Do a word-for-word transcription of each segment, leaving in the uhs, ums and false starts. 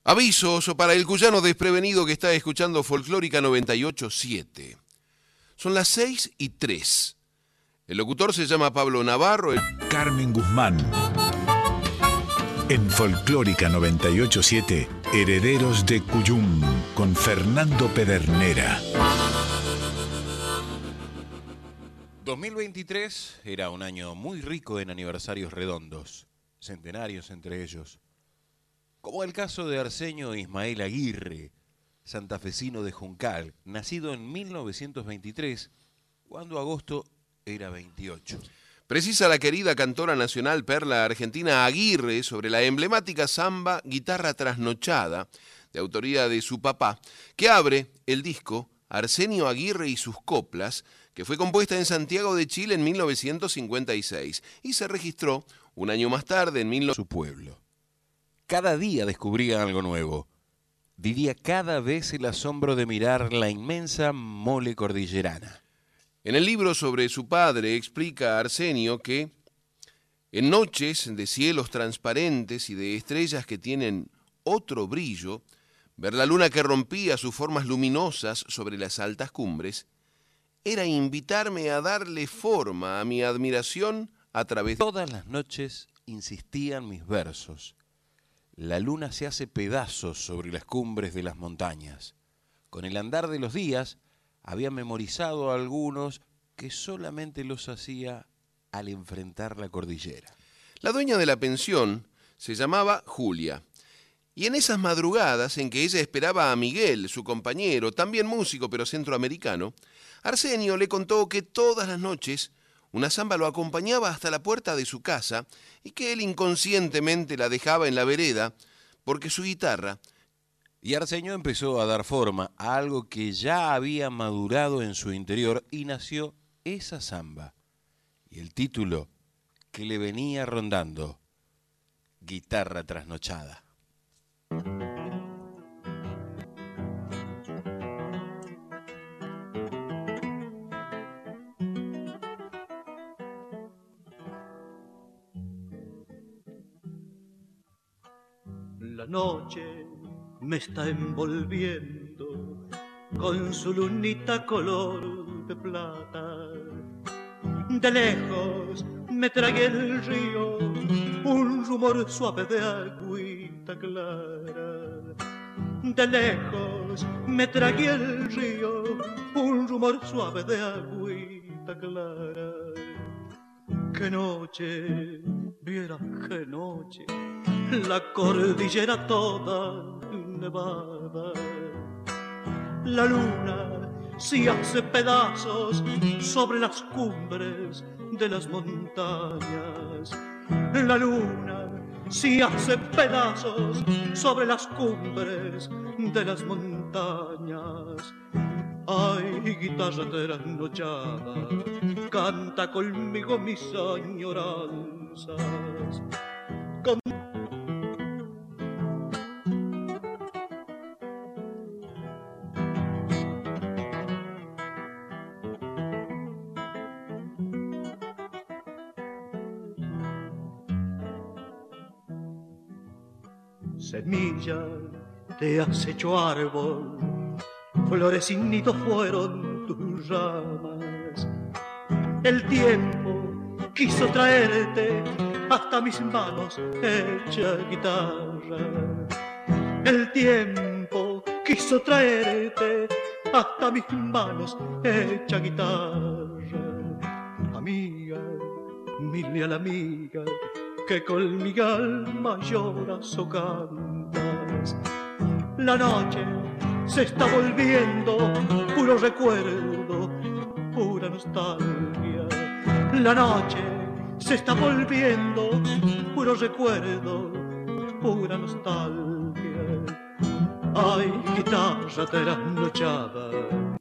Avisos para el cuyano desprevenido que está escuchando Folclórica noventa y ocho punto siete. Son las seis y tres. El locutor se llama Pablo Navarro. El... Carmen Guzmán. En Folclórica noventa y ocho punto siete, Herederos de Cuyum, con Fernando Pedernera. dos mil veintitrés era un año muy rico en aniversarios redondos, centenarios entre ellos. Como el caso de Arsenio Ismael Aguirre, santafesino de Juncal, nacido en mil novecientos veintitrés, cuando agosto era veintiocho. Precisa la querida cantora nacional Perla Argentina Aguirre sobre la emblemática samba Guitarra Trasnochada, de autoría de su papá, que abre el disco Arsenio Aguirre y sus coplas, que fue compuesta en Santiago de Chile en mil novecientos cincuenta y seis y se registró un año más tarde en mil novecientos... su pueblo. Cada día descubría algo nuevo. Vivía cada vez el asombro de mirar la inmensa mole cordillerana. En el libro sobre su padre explica Arsenio que en noches de cielos transparentes y de estrellas que tienen otro brillo, ver la luna que rompía sus formas luminosas sobre las altas cumbres, era invitarme a darle forma a mi admiración a través de... Todas las noches insistían mis versos. La luna se hace pedazos sobre las cumbres de las montañas. Con el andar de los días, había memorizado algunos que solamente los hacía al enfrentar la cordillera. La dueña de la pensión se llamaba Julia, y en esas madrugadas en que ella esperaba a Miguel, su compañero, también músico pero centroamericano, Arsenio le contó que todas las noches una samba lo acompañaba hasta la puerta de su casa y que él inconscientemente la dejaba en la vereda porque su guitarra... Y Arsenio empezó a dar forma a algo que ya había madurado en su interior y nació esa samba. Y el título que le venía rondando, Guitarra Trasnochada. La noche me está envolviendo con su lunita color de plata. De lejos me trae el río un rumor suave de agüita clara. De lejos me trae el río un rumor suave de agüita clara. Qué noche, viera qué noche, la cordillera toda nevada. La luna se hace pedazos sobre las cumbres de las montañas. La luna se hace pedazos sobre las cumbres de las montañas. Ay, guitarra trasnochada, canta conmigo mis añoranzas. Con... Semilla te has hecho árbol, flores sin nido fueron tus ramas. El tiempo quiso traerte hasta mis manos hecha guitarra. El tiempo quiso traerte hasta mis manos hecha guitarra. Amiga, mil a la amiga, que con mi alma lloras o cantas. La noche se está volviendo puro recuerdo, pura nostalgia. La noche se está volviendo puro recuerdo, pura nostalgia. Ay, guitarra trasnochada.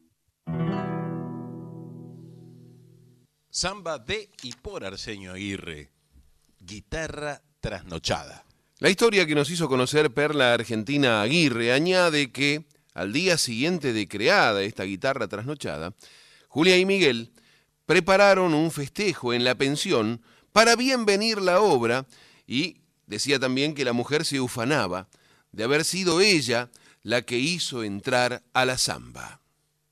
Samba de y por Arsenio Aguirre, Guitarra Trasnochada. La historia que nos hizo conocer Perla Argentina Aguirre añade que, al día siguiente de creada esta guitarra trasnochada, Julia y Miguel prepararon un festejo en la pensión para bienvenir la obra y decía también que la mujer se ufanaba de haber sido ella la que hizo entrar a la samba.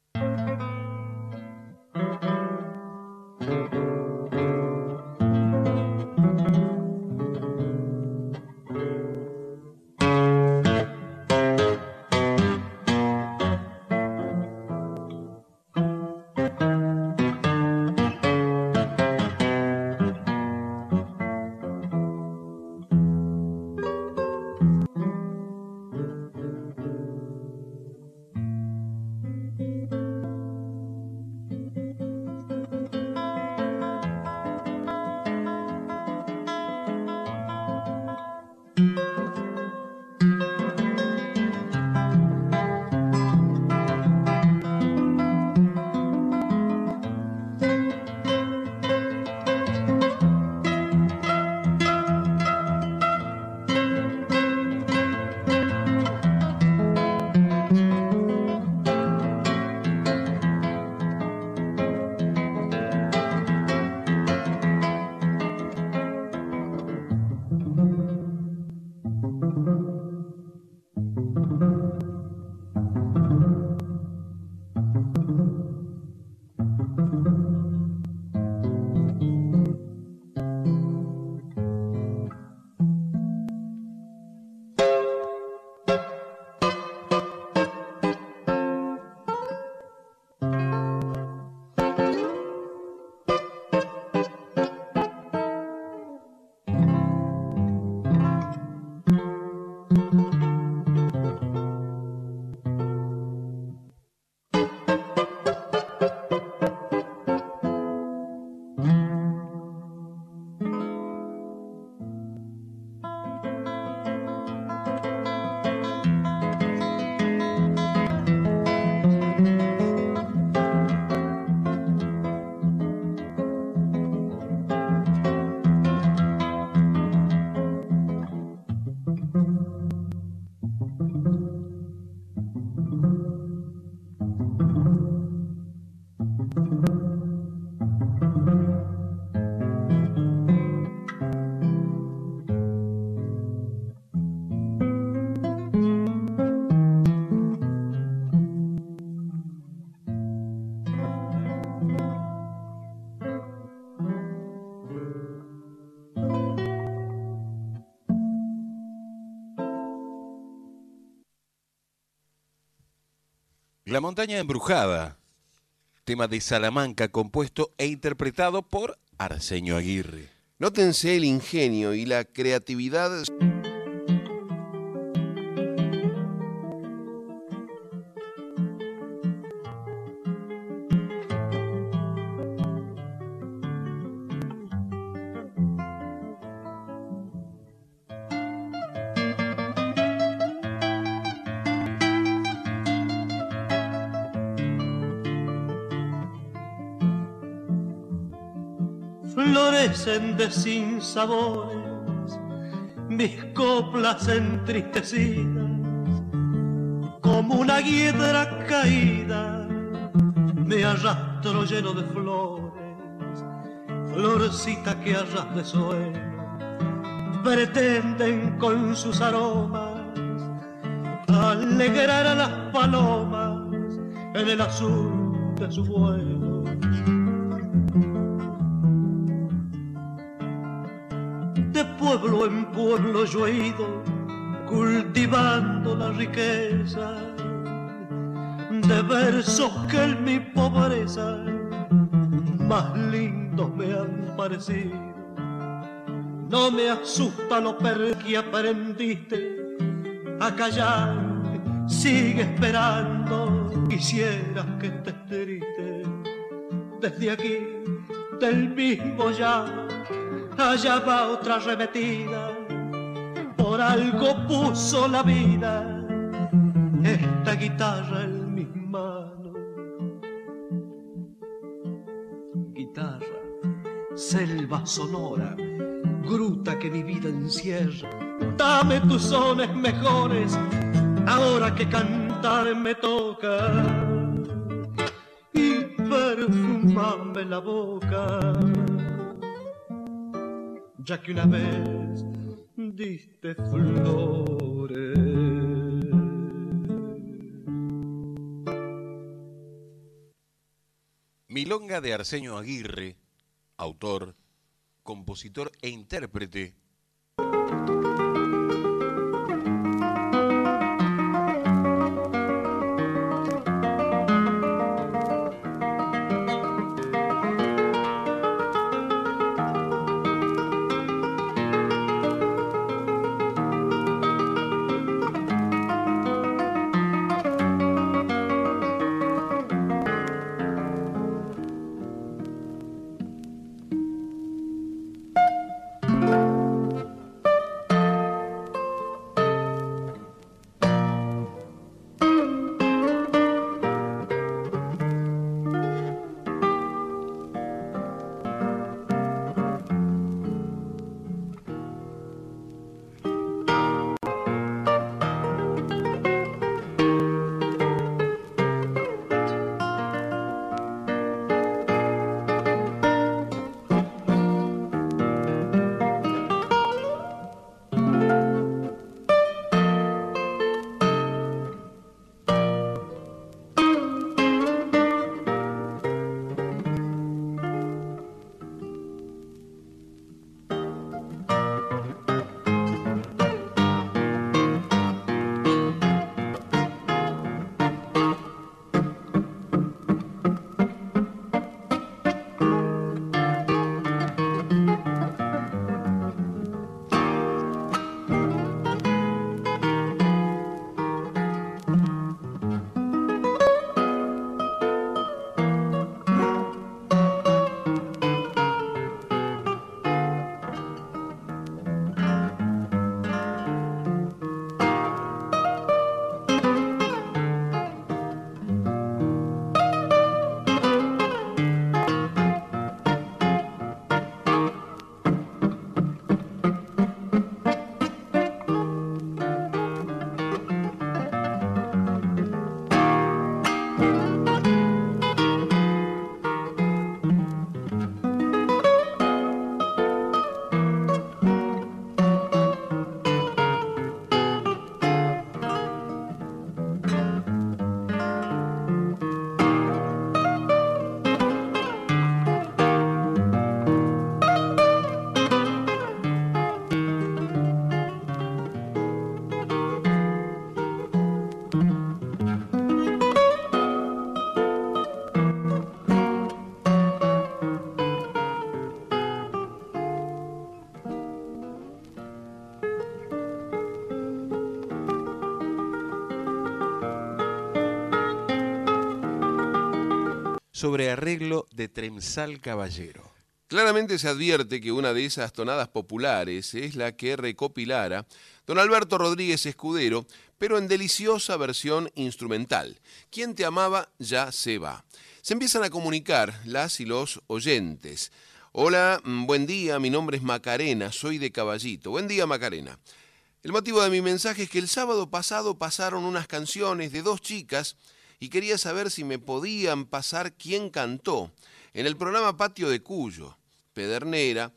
La montaña embrujada, tema de Salamanca, compuesto e interpretado por Arsenio Aguirre. Nótense el ingenio y la creatividad. Florecen de sinsabores mis coplas entristecidas, como una hiedra caída me arrastro lleno de flores, florcita que a ras de suelo pretenden con sus aromas alegrar a las palomas en el azul de su vuelo. De pueblo en pueblo yo he ido cultivando la riqueza de versos que en mi pobreza más lindos me han parecido. No me asusta lo per que aprendiste a callar, sigue esperando, quisieras que estés triste. Desde aquí, del mismo ya, allá va otra arremetida, por algo puso la vida esta guitarra en mis manos. Guitarra, selva sonora, gruta que mi vida encierra, dame tus sones mejores, ahora que cantar me toca, y perfumame la boca, ya que una vez diste flores. Milonga de Arsenio Aguirre, autor, compositor e intérprete. Sobre arreglo de Tremsal Caballero. Claramente se advierte que una de esas tonadas populares es la que recopilara don Alberto Rodríguez Escudero, pero en deliciosa versión instrumental. Quien te amaba ya se va. Se empiezan a comunicar las y los oyentes. Hola, buen día, mi nombre es Macarena, soy de Caballito. Buen día, Macarena. El motivo de mi mensaje es que el sábado pasado pasaron unas canciones de dos chicas y quería saber si me podían pasar quién cantó en el programa Patio de Cuyo, Pedernera,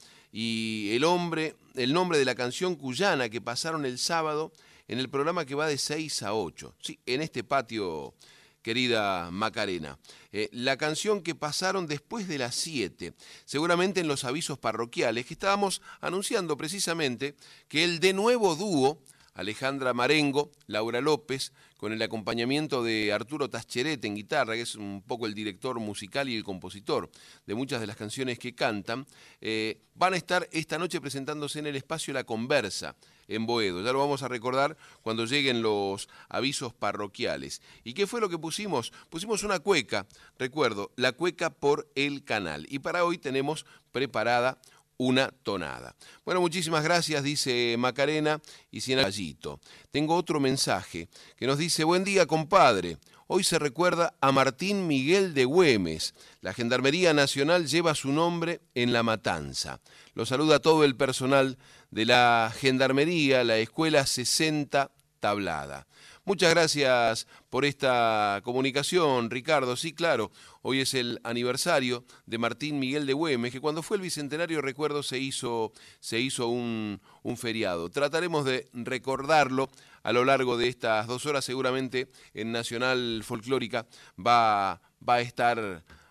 y el, hombre, el nombre de la canción cuyana que pasaron el sábado en el programa que va de seis a ocho. Sí, en este patio, querida Macarena. Eh, la canción que pasaron después de las siete, seguramente en los avisos parroquiales, que estábamos anunciando precisamente que el de nuevo dúo, Alejandra Marengo, Laura López, con el acompañamiento de Arturo Tascheret en guitarra, que es un poco el director musical y el compositor de muchas de las canciones que cantan, eh, van a estar esta noche presentándose en el espacio La Conversa, en Boedo. Ya lo vamos a recordar cuando lleguen los avisos parroquiales. ¿Y qué fue lo que pusimos? Pusimos una cueca, recuerdo, la cueca por el canal. Y para hoy tenemos preparada una tonada. Bueno, muchísimas gracias, dice Macarena, y sin Caballito. Tengo otro mensaje que nos dice: buen día, compadre. Hoy se recuerda a Martín Miguel de Güemes. La Gendarmería Nacional lleva su nombre en La Matanza. Lo saluda todo el personal de la Gendarmería, la Escuela sesenta Tablada. Muchas gracias por esta comunicación, Ricardo. Sí, claro, hoy es el aniversario de Martín Miguel de Güemes, que cuando fue el bicentenario, recuerdo, se hizo, se hizo un, un feriado. Trataremos de recordarlo a lo largo de estas dos horas. Seguramente en Nacional Folclórica va, va a estar...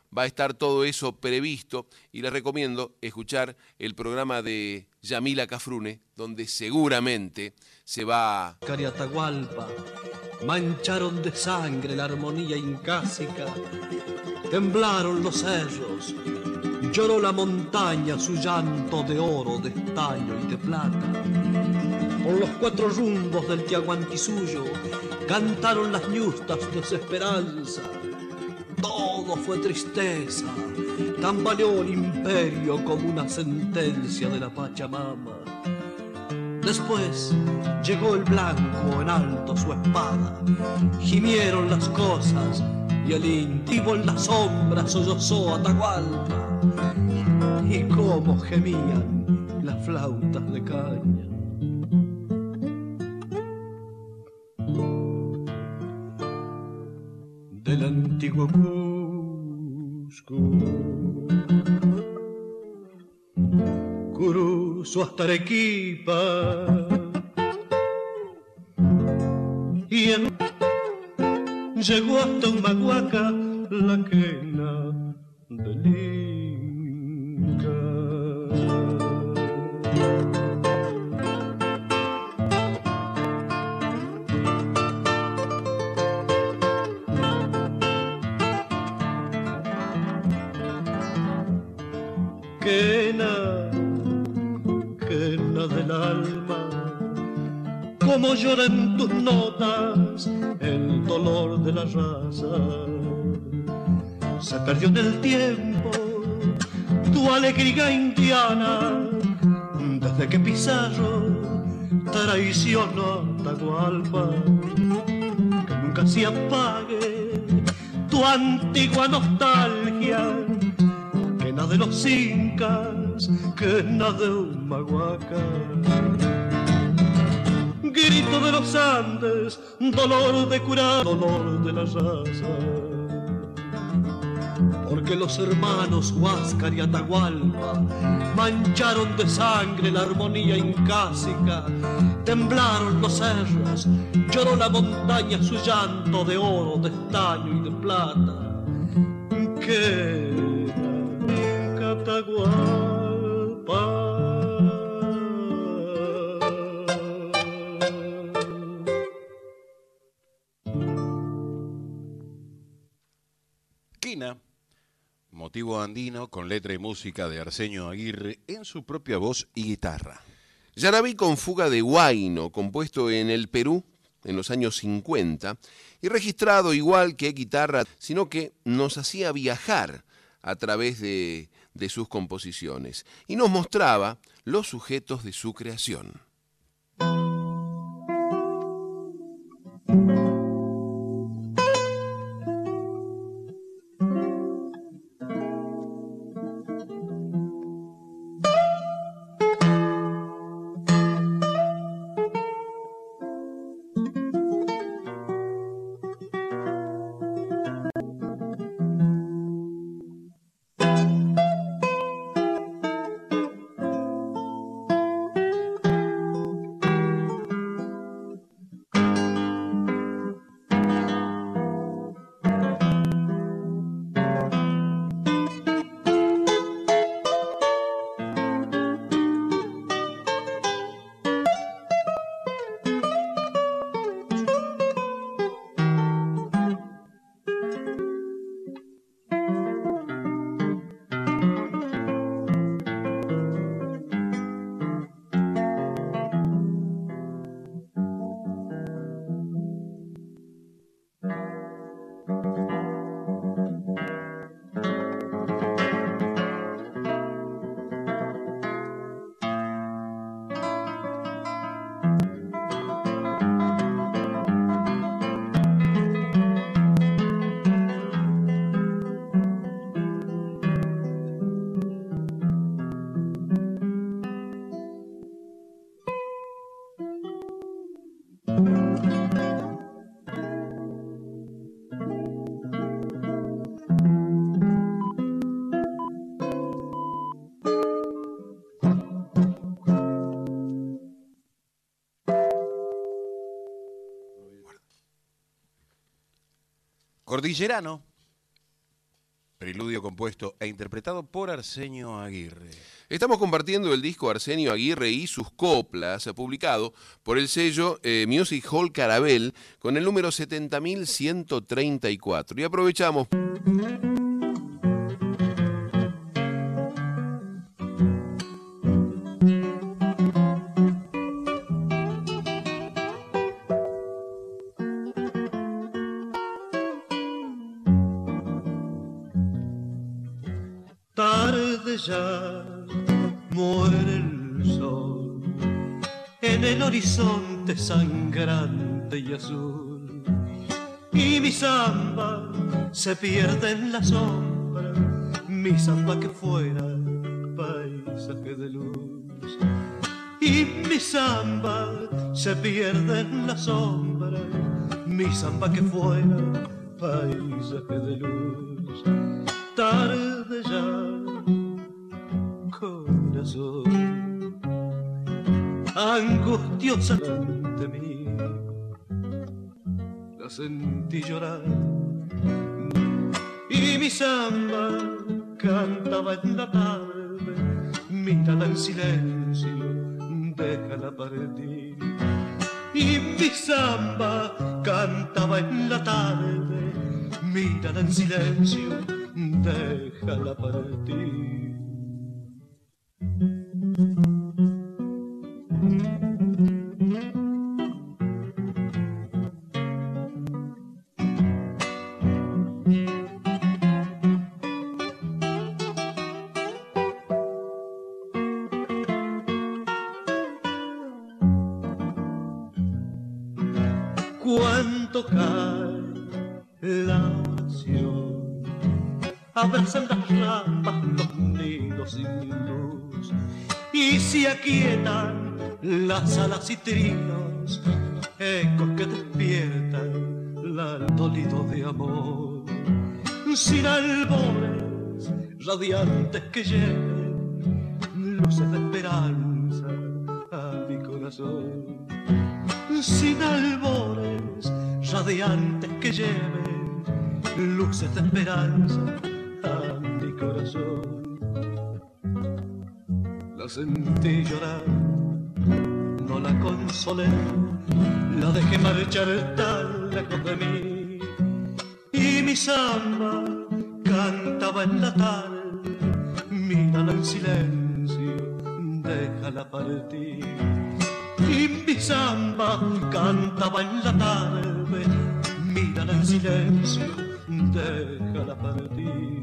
va a estar todo eso previsto y les recomiendo escuchar el programa de Yamila Cafrune, donde seguramente se va... Cariatahualpa, mancharon de sangre la armonía incásica, temblaron los cerros, lloró la montaña su llanto de oro, de estaño y de plata. Por los cuatro rumbos del Tiahuantisuyo cantaron las ñustas desesperanza. Todo fue tristeza, tambaleó el imperio como una sentencia de la Pachamama. Después llegó el blanco en alto su espada, gimieron las cosas y el intivo en las sombras sollozó Atahualpa. Y cómo gemían las flautas de caña. Del antiguo Cusco, Curuzo hasta Arequipa, y en... llegó hasta Humahuaca la quena del Inca. Quena, quena del alma, como llora en tus notas el dolor de la raza. Se perdió en el tiempo tu alegría indiana, desde que Pizarro traicionó a Atahualpa. Que nunca se apague tu antigua nostalgia, que nada de los incas, que nada de Humahuaca. Grito de los Andes, dolor de curar, dolor de la raza. Porque los hermanos Huáscar y Atahualpa mancharon de sangre la armonía incásica, temblaron los cerros, lloró la montaña su llanto de oro, de estaño y de plata. Que Atahualpa. Quina, motivo andino con letra y música de Arsenio Aguirre en su propia voz y guitarra. Yarabí con fuga de Huayno, compuesto en el Perú en los años cincuenta y registrado igual que guitarra, sino que nos hacía viajar a través de, de sus composiciones y nos mostraba los sujetos de su creación. Cordillerano, Preludio compuesto e interpretado por Arsenio Aguirre. Estamos compartiendo el disco Arsenio Aguirre y sus coplas, publicado por el sello eh, Music Hall Carabel, con el número setenta mil ciento treinta y cuatro. Y aprovechamos... Tarde ya muere el sol en el horizonte sangrante y azul, y mi samba se pierde en la sombra, mi samba que fuera paisaje de luz. Y mi samba se pierde en la sombra, mi samba que fuera paisaje de luz. Tarde ya, corazón, angustiosa ante mí, la sentí llorar. Y mi samba cantaba en la tarde, mírala en silencio, déjala partir. Y mi samba cantaba en la tarde, mírala en silencio, déjala partir. Cuánto cae la oración, abrazan las ramas los nidos sin luz, y se aquietan las alas y trinos, ecos que despiertan el dolido de amor. Sin albores radiantes que lleven luces de esperanza a mi corazón. Sin albores radiantes que lleven luces de esperanza a mi corazón. La sentí llorar, no la consolé, la dejé marchar tan lejos de mí. Y mi samba cantaba en la tarde, mírala en silencio, déjala partir. Y mi samba cantaba en la tarde, mírala en silencio, déjala partir.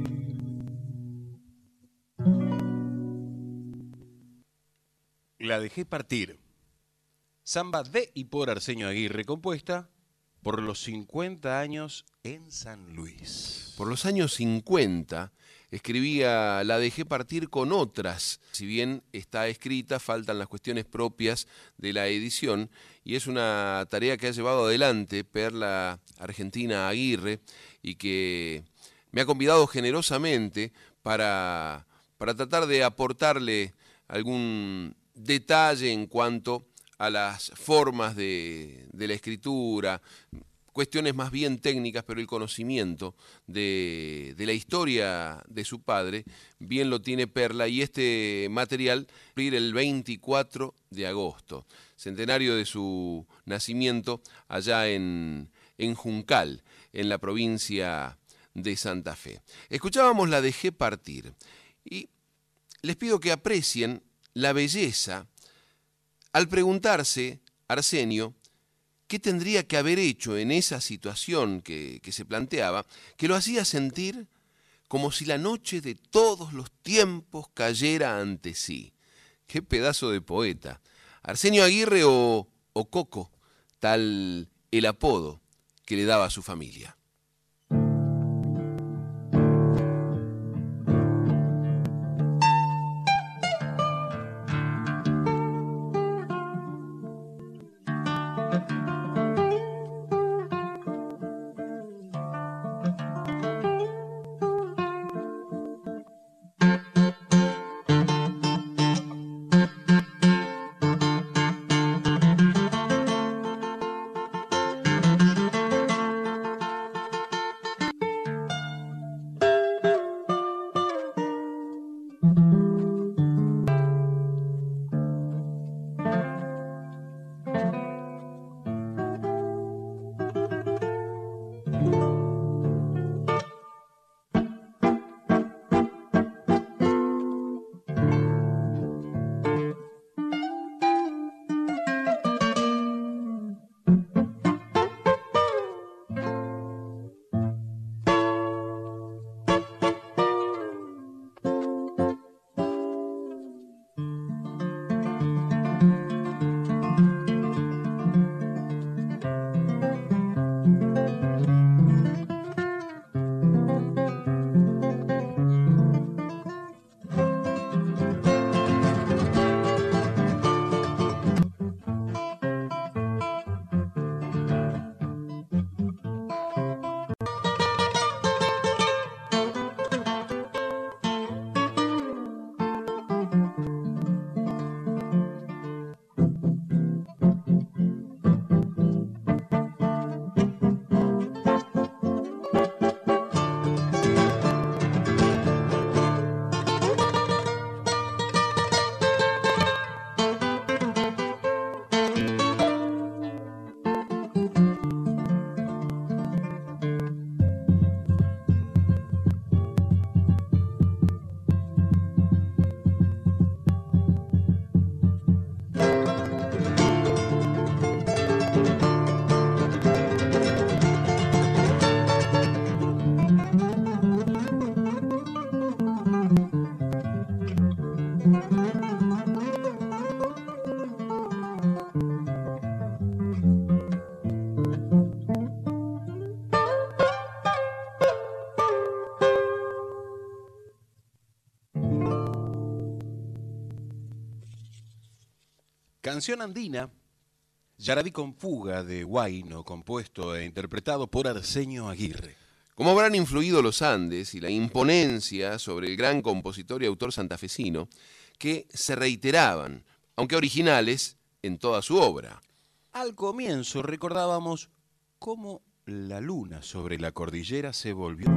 La dejé partir. Samba de y por Arsenio Aguirre, compuesta por los cincuenta años en San Luis. Por los años cincuenta escribía La dejé partir con otras. Si bien está escrita, faltan las cuestiones propias de la edición, y es una tarea que ha llevado adelante Perla Argentina Aguirre y que me ha convidado generosamente para, para tratar de aportarle algún detalle en cuanto a las formas de, de la escritura, cuestiones más bien técnicas, pero el conocimiento de, de la historia de su padre bien lo tiene Perla, y este material el veinticuatro de agosto, centenario de su nacimiento allá en, en Juncal, en la provincia de Santa Fe. Escuchábamos La dejé partir, y les pido que aprecien la belleza al preguntarse Arsenio qué tendría que haber hecho en esa situación que, que se planteaba, que lo hacía sentir como si la noche de todos los tiempos cayera ante sí. ¡Qué pedazo de poeta! Arsenio Aguirre o, o Coco, tal el apodo que le daba a su familia. Canción andina, Yaraví con fuga de Huayno, compuesto e interpretado por Arsenio Aguirre. Como habrán influido los Andes y la imponencia sobre el gran compositor y autor santafesino, que se reiteraban, aunque originales, en toda su obra. Al comienzo recordábamos cómo la luna sobre la cordillera se volvió.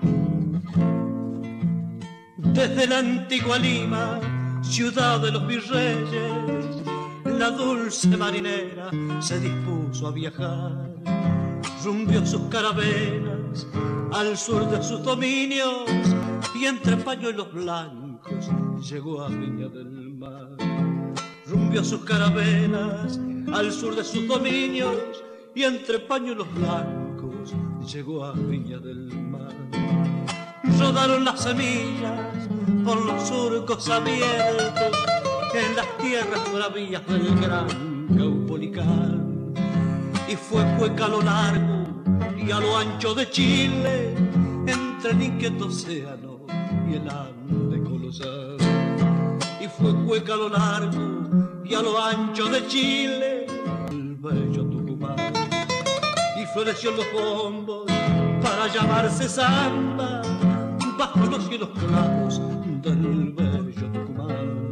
Desde la antigua Lima, ciudad de los virreyes, la dulce marinera se dispuso a viajar. Rumbió sus carabelas al sur de sus dominios y entre pañuelos blancos llegó a Viña del Mar. Rumbió sus carabelas al sur de sus dominios y entre pañuelos blancos llegó a Viña del Mar. Rodaron las semillas por los surcos abiertos en las tierras bravías del gran Caupolicán. Y fue cueca a lo largo y a lo ancho de Chile, entre el inquieto océano y el Ande colosal. Y fue cueca a lo largo y a lo ancho de Chile, el bello Tucumán. Y floreció en los bombos para llamarse samba, bajo los cielos claros del bello Tucumán.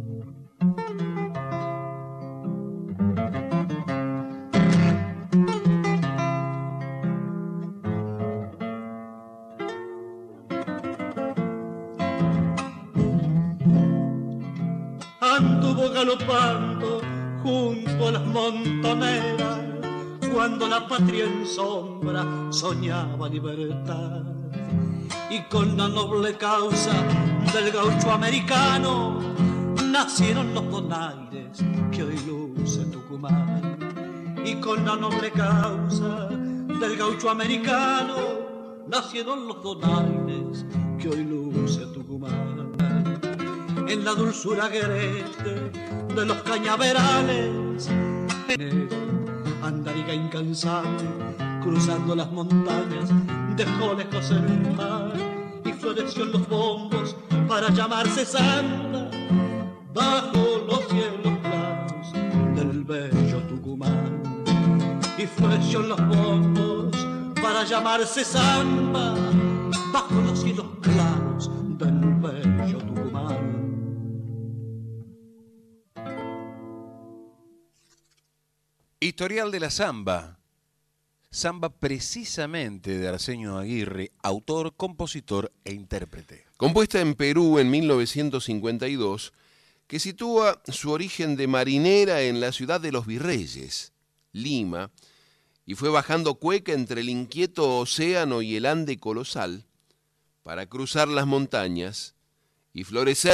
Anduvo galopando junto a las montoneras cuando la patria en sombra soñaba libertad. Y con la noble causa del gaucho americano nacieron los donaires que hoy luce Tucumán. Y con la noble causa del gaucho americano nacieron los donaires que hoy luce Tucumán. En la dulzura agreste de los cañaverales, andariga incansable, cruzando las montañas, dejó lejos el mar y floreció en los bombos para llamarse samba, bajo los cielos claros del bello Tucumán. Y floreció en los bombos para llamarse samba, bajo los cielos claros del bello Tucumán. Historial de la samba. Samba precisamente de Arsenio Aguirre, autor, compositor e intérprete. Compuesta en Perú en mil novecientos cincuenta y dos, que sitúa su origen de marinera en la ciudad de los Virreyes, Lima, y fue bajando cueca entre el inquieto océano y el Ande colosal para cruzar las montañas y florecer.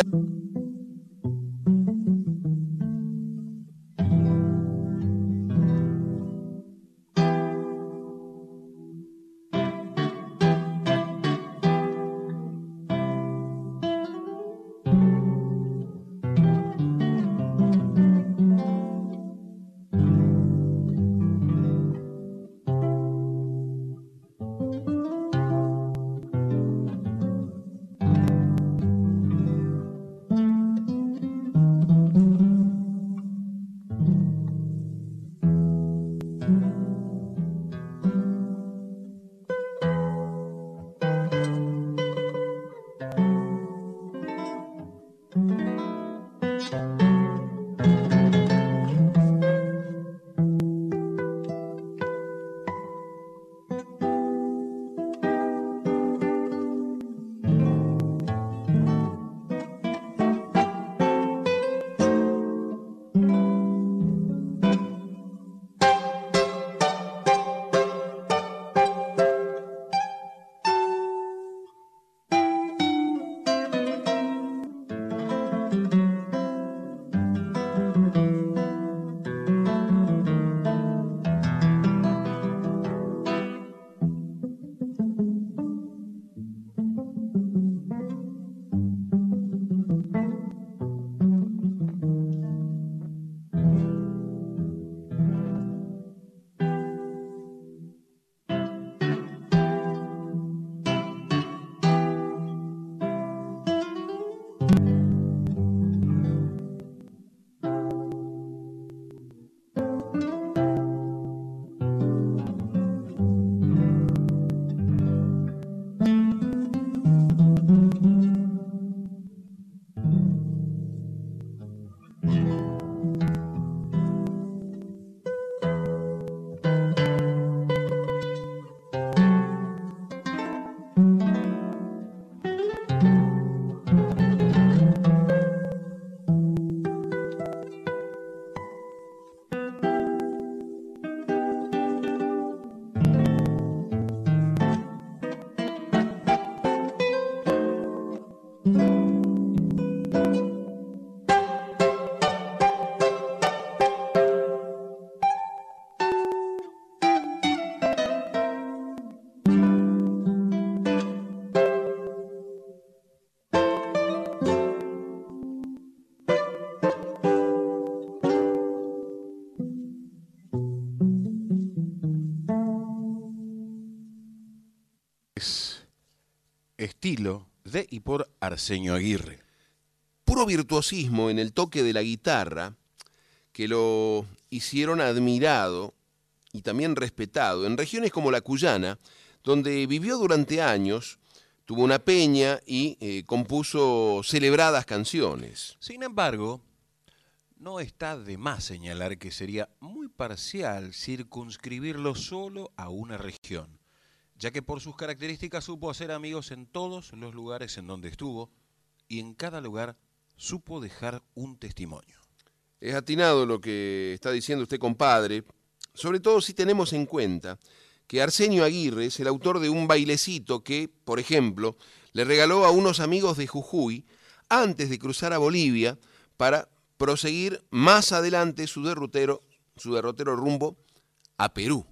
estilo de y por Arsenio Aguirre. Puro virtuosismo en el toque de la guitarra que lo hicieron admirado y también respetado en regiones como la cuyana, donde vivió durante años, tuvo una peña y eh, compuso celebradas canciones. Sin embargo, no está de más señalar que sería muy parcial circunscribirlo solo a una región, ya que por sus características supo hacer amigos en todos los lugares en donde estuvo y en cada lugar supo dejar un testimonio. Es atinado lo que está diciendo usted, compadre, sobre todo si tenemos en cuenta que Arsenio Aguirre es el autor de un bailecito que, por ejemplo, le regaló a unos amigos de Jujuy antes de cruzar a Bolivia para proseguir más adelante su derrotero, su derrotero rumbo a Perú.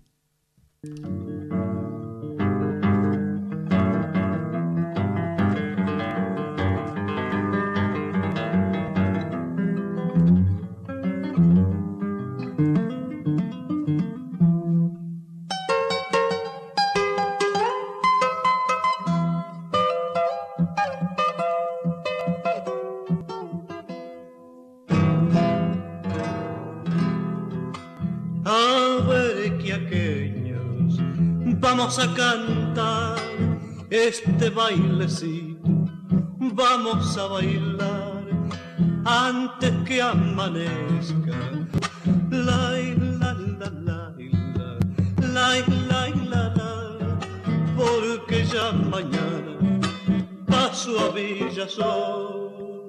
Vamos a cantar este bailecito, vamos a bailar antes que amanezca. La la la la la la la la la, porque ya mañana paso a Villazón.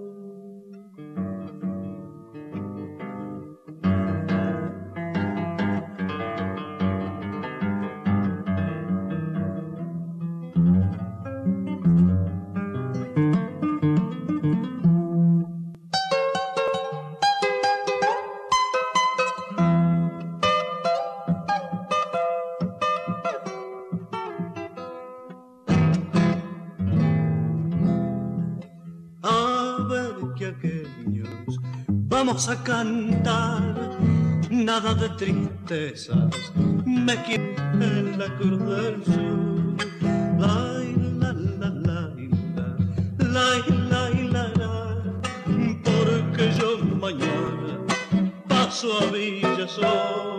Vamos a cantar, nada de tristezas, me quiero en la cruz del sur. La la la la la la la la, porque yo mañana paso a Villazón.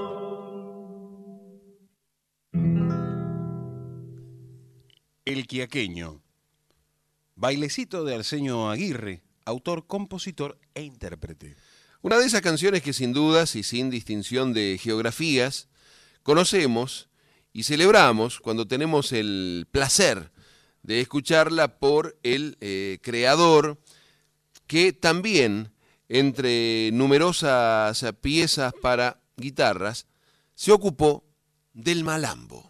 El Quiaqueño, bailecito de Arsenio Aguirre, autor, compositor e intérprete. Una de esas canciones que sin dudas y sin distinción de geografías conocemos y celebramos cuando tenemos el placer de escucharla por el eh, creador que también, entre numerosas piezas para guitarras, se ocupó del malambo.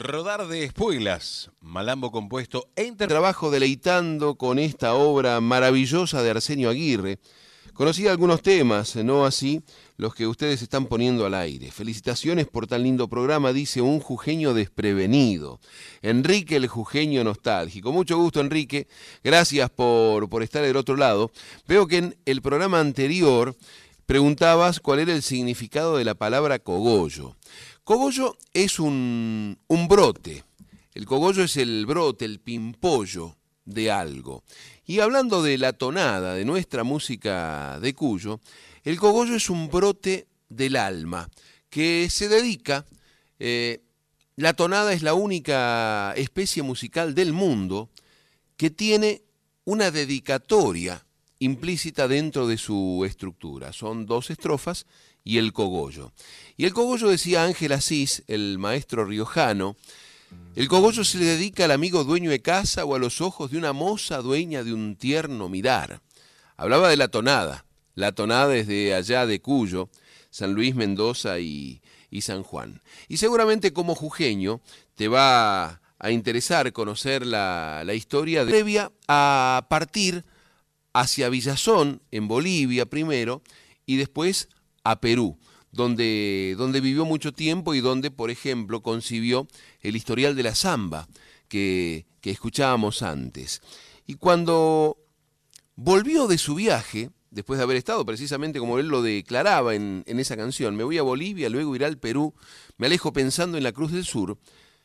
Rodar de espuelas, malambo compuesto e inter... Trabajo deleitando con esta obra maravillosa de Arsenio Aguirre. Conocí algunos temas, no así los que ustedes están poniendo al aire. Felicitaciones por tan lindo programa, dice un jujeño desprevenido. Enrique el jujeño nostálgico. Mucho gusto, Enrique. Gracias por, por estar del otro lado. Veo que en el programa anterior preguntabas cuál era el significado de la palabra cogollo. Cogollo es un, un brote. El cogollo es el brote, el pimpollo de algo. Y hablando de la tonada de nuestra música de Cuyo, el cogollo es un brote del alma que se dedica, eh, la tonada es la única especie musical del mundo que tiene una dedicatoria implícita dentro de su estructura. Son dos estrofas y el cogollo. Y el cogollo, decía Ángel Asís, el maestro riojano, el cogollo se le dedica al amigo dueño de casa o a los ojos de una moza dueña de un tierno mirar. Hablaba de la tonada. La tonada es de allá de Cuyo, San Luis, Mendoza y, y San Juan. Y seguramente como jujeño te va a interesar conocer la, la historia de previa a partir hacia Villazón, en Bolivia primero, y después a Perú, donde, donde vivió mucho tiempo y donde, por ejemplo, concibió el historial de la samba que, que escuchábamos antes. Y cuando volvió de su viaje, después de haber estado precisamente como él lo declaraba en, en esa canción, me voy a Bolivia, luego iré al Perú, me alejo pensando en la Cruz del Sur,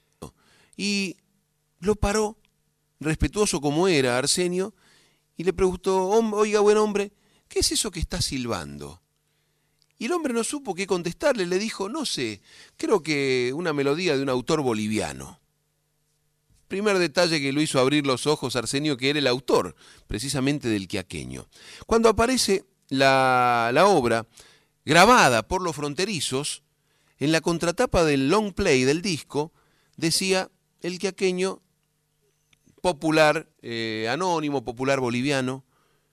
y lo paró, respetuoso como era Arsenio, y le preguntó, oiga, buen hombre, ¿qué es eso que está silbando? Y el hombre no supo qué contestarle, le dijo, no sé, creo que una melodía de un autor boliviano. Primer detalle que lo hizo abrir los ojos Arsenio, que era el autor, precisamente del quiaqueño. Cuando aparece la, la obra, grabada por los fronterizos, en la contratapa del long play del disco, decía el quiaqueño popular, eh, anónimo, popular boliviano,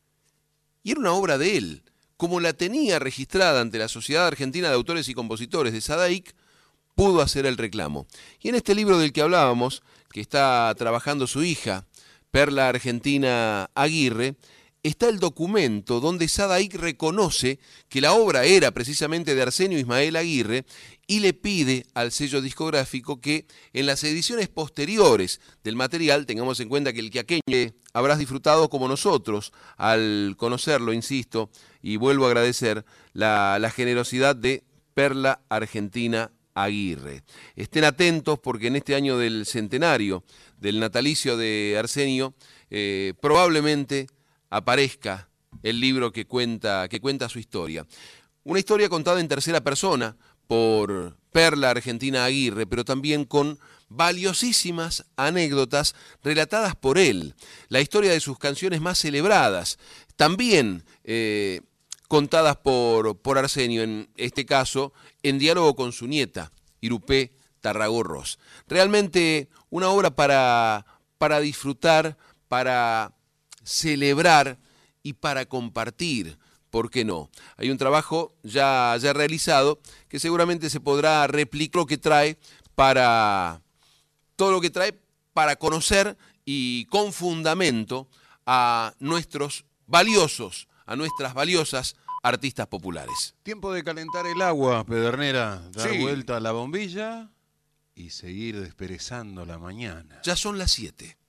y era una obra de él. Como la tenía registrada ante la Sociedad Argentina de Autores y Compositores de SADAIC, pudo hacer el reclamo. Y en este libro del que hablábamos, que está trabajando su hija, Perla Argentina Aguirre, está el documento donde SADAIC reconoce que la obra era precisamente de Arsenio Ismael Aguirre y le pide al sello discográfico que en las ediciones posteriores del material, tengamos en cuenta que el quiaqueño habrás disfrutado como nosotros al conocerlo, insisto, y vuelvo a agradecer la, la generosidad de Perla Argentina Aguirre. Estén atentos porque en este año del centenario del natalicio de Arsenio, eh, probablemente aparezca el libro que cuenta, que cuenta su historia. Una historia contada en tercera persona por Perla Argentina Aguirre, pero también con valiosísimas anécdotas relatadas por él. La historia de sus canciones más celebradas, también eh, contadas por, por Arsenio, en este caso, en diálogo con su nieta, Irupé Tarragorros. Realmente una obra para, para disfrutar, para celebrar y para compartir, ¿por qué no? Hay un trabajo ya, ya realizado que seguramente se podrá replicar lo que trae para todo lo que trae para conocer y con fundamento a nuestros valiosos, a nuestras valiosas artistas populares. Tiempo de calentar el agua, Pedernera, dar Sí. vuelta a la bombilla y seguir desperezando la mañana. Ya son las siete.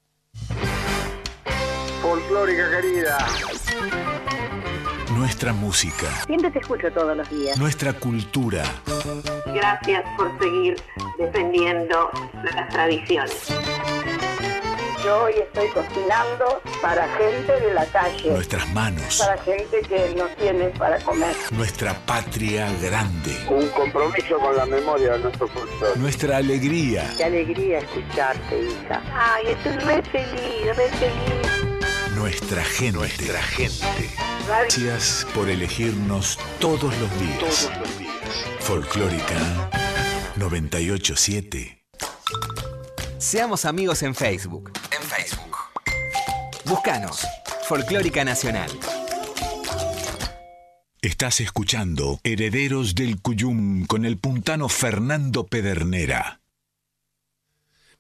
Folclórica querida. Nuestra música, Siempre te escucho todos los días. nuestra cultura, Gracias por seguir defendiendo las tradiciones. Yo hoy estoy cocinando para gente de la calle, nuestras manos, para gente que no tiene para comer. nuestra patria grande, Un compromiso con la memoria de nuestro folclore. nuestra alegría, Qué alegría escucharte, hija. Ay, estoy re feliz, re feliz. nuestra gente, nuestra gente. Gracias por elegirnos todos los días. Todos los días. Folclórica noventa y ocho punto siete. Seamos amigos en Facebook. En Facebook. Búscanos. Folclórica Nacional. Estás escuchando Herederos del Cuyum con el puntano Fernando Pedernera.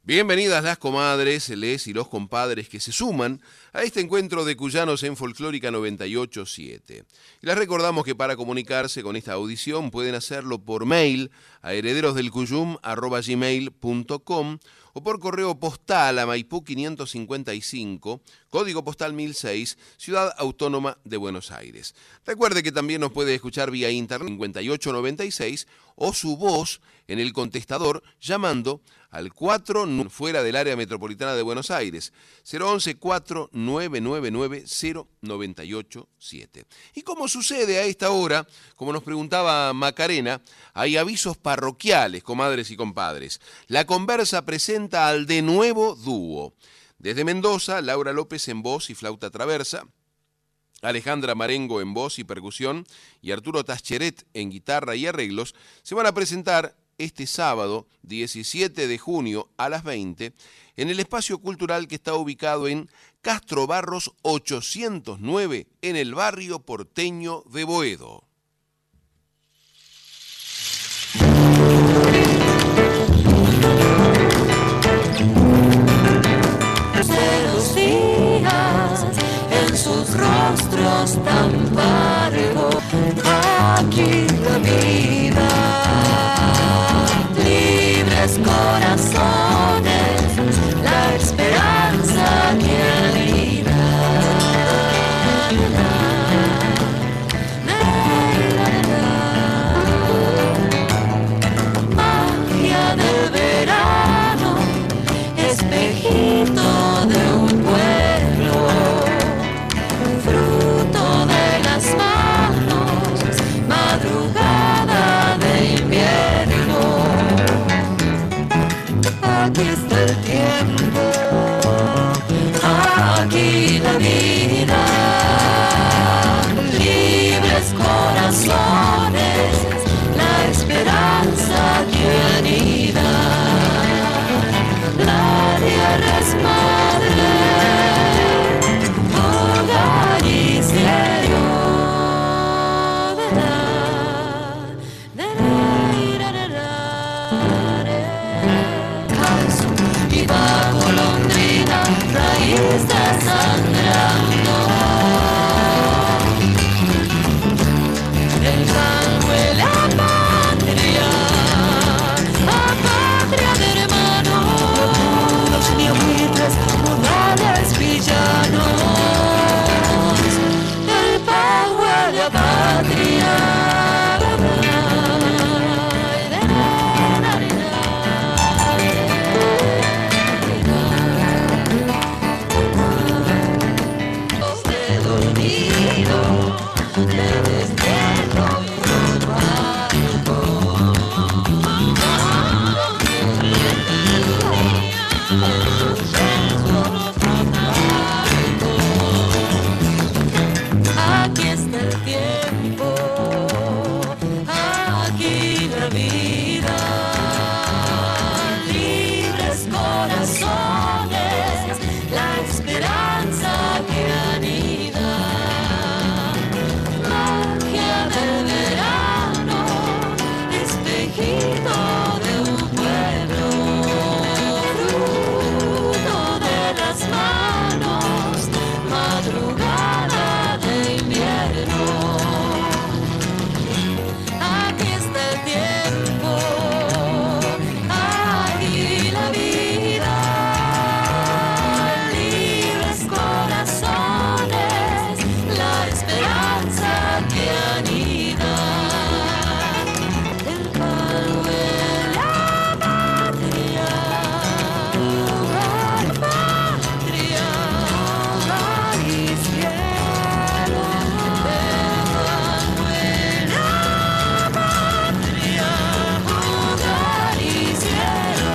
Bienvenidas las comadres, les y los compadres que se suman a este encuentro de cuyanos en Folclórica noventa y ocho punto siete. Y les recordamos que para comunicarse con esta audición pueden hacerlo por mail a herederosdelcuyum arroba gmail punto com o por correo postal a Maipú quinientos cincuenta y cinco, código postal mil seis, Ciudad Autónoma de Buenos Aires. Recuerde que también nos puede escuchar vía internet cincuenta y ocho noventa y seis o su voz en el contestador llamando al cuatro fuera del área metropolitana de Buenos Aires, cero once, cuatro nueve nueve nueve, cero nueve ocho siete. Y como sucede a esta hora, como nos preguntaba Macarena, hay avisos parroquiales, comadres y compadres. La Conversa presenta al De Nuevo Dúo. Desde Mendoza, Laura López en voz y flauta traversa, Alejandra Marengo en voz y percusión y Arturo Tascheret en guitarra y arreglos, se van a presentar este sábado, diecisiete de junio a las veinte, en el espacio cultural que está ubicado en Castro Barros ochocientos nueve, en el barrio porteño de Boedo. De los días, en sus rostros tan pardos, aquí la vida. Corazones, la esperanza que anida. Magia del verano, espejito de un pueblo, fruto de las manos, madrugada de invierno. Aquí está el tiempo, aquí la vida, libres corazones, la esperanza que anida, la tierra es madre, hogar y cielo. Golondrina, raíz desangrando. El pan huele a patria, a patria de hermanos, ni buitres, modales, villanos. El pan huele a patria. Aquí está el tiempo, aquí la vida, libres corazones, la esperanza que anida, magia del verano, espejito de un pueblo, fruto de las manos, madrugada de invierno. Aquí está el tiempo, aquí la vida, libres corazones, la esperanza que anida. El pan huele a patria, hogar, patria, hogar y cielo. El pan huele a patria, hogar y cielo.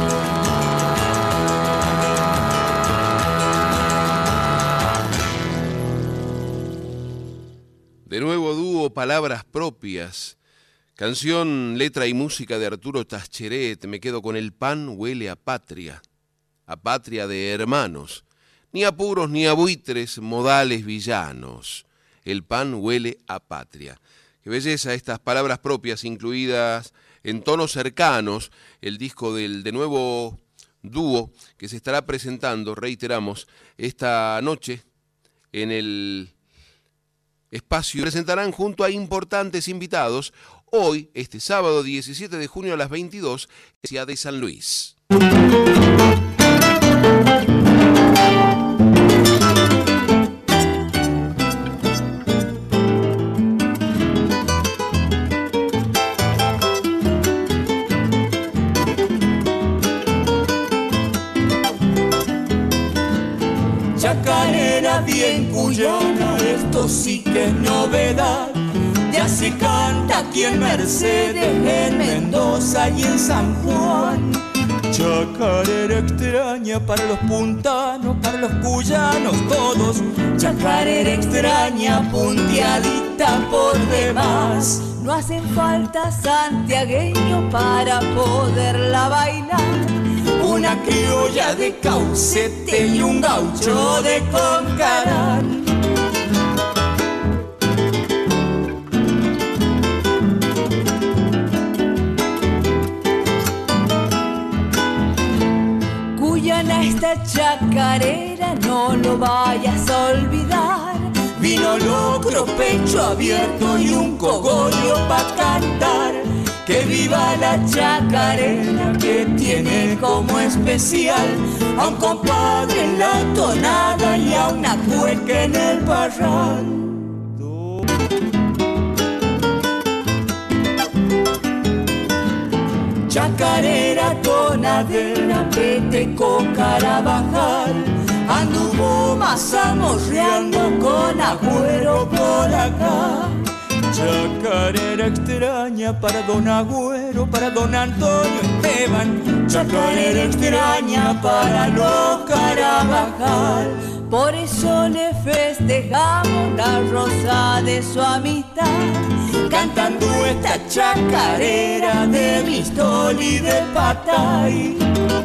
De Nuevo Dúo, palabras propias. Canción, letra y música de Arturo Tascheret. Me quedo con El pan huele a patria, a patria de hermanos. Ni apuros ni a buitres, modales villanos. El pan huele a patria. Qué belleza estas palabras propias incluidas en tonos cercanos. El disco del De Nuevo dúo que se estará presentando, reiteramos, esta noche en el espacio. Presentarán junto a importantes invitados hoy, este sábado diecisiete de junio a las veintidós, ciudad de San Luis. Chacarera bien cuyana, esto sí que es novedad. Ya se canta aquí en Mercedes, en Mendoza y en San Juan. Chacarera extraña para los puntanos, para los cuyanos todos. Chacarera extraña, punteadita por demás. No hacen falta santiagueños para poderla bailar. Una criolla de Caucete y un gaucho de Concarán. Cuyana esta chacarera, no lo vayas a olvidar. Vino locro, pecho abierto y un cogollo pa' cantar. Que viva la chacarera que tiene como especial a un compadre en la tonada y a una cueca en el parral. Chacarera, tonadera, peteco, Carabajal. Anduvo más amorreando con Agüero por acá. Chacarera extraña para don Agüero, para don Antonio Esteban. Chacarera extraña para los Carabajal. Por eso le festejamos la rosa de su amistad, cantando esta chacarera de Mistol y de Patay.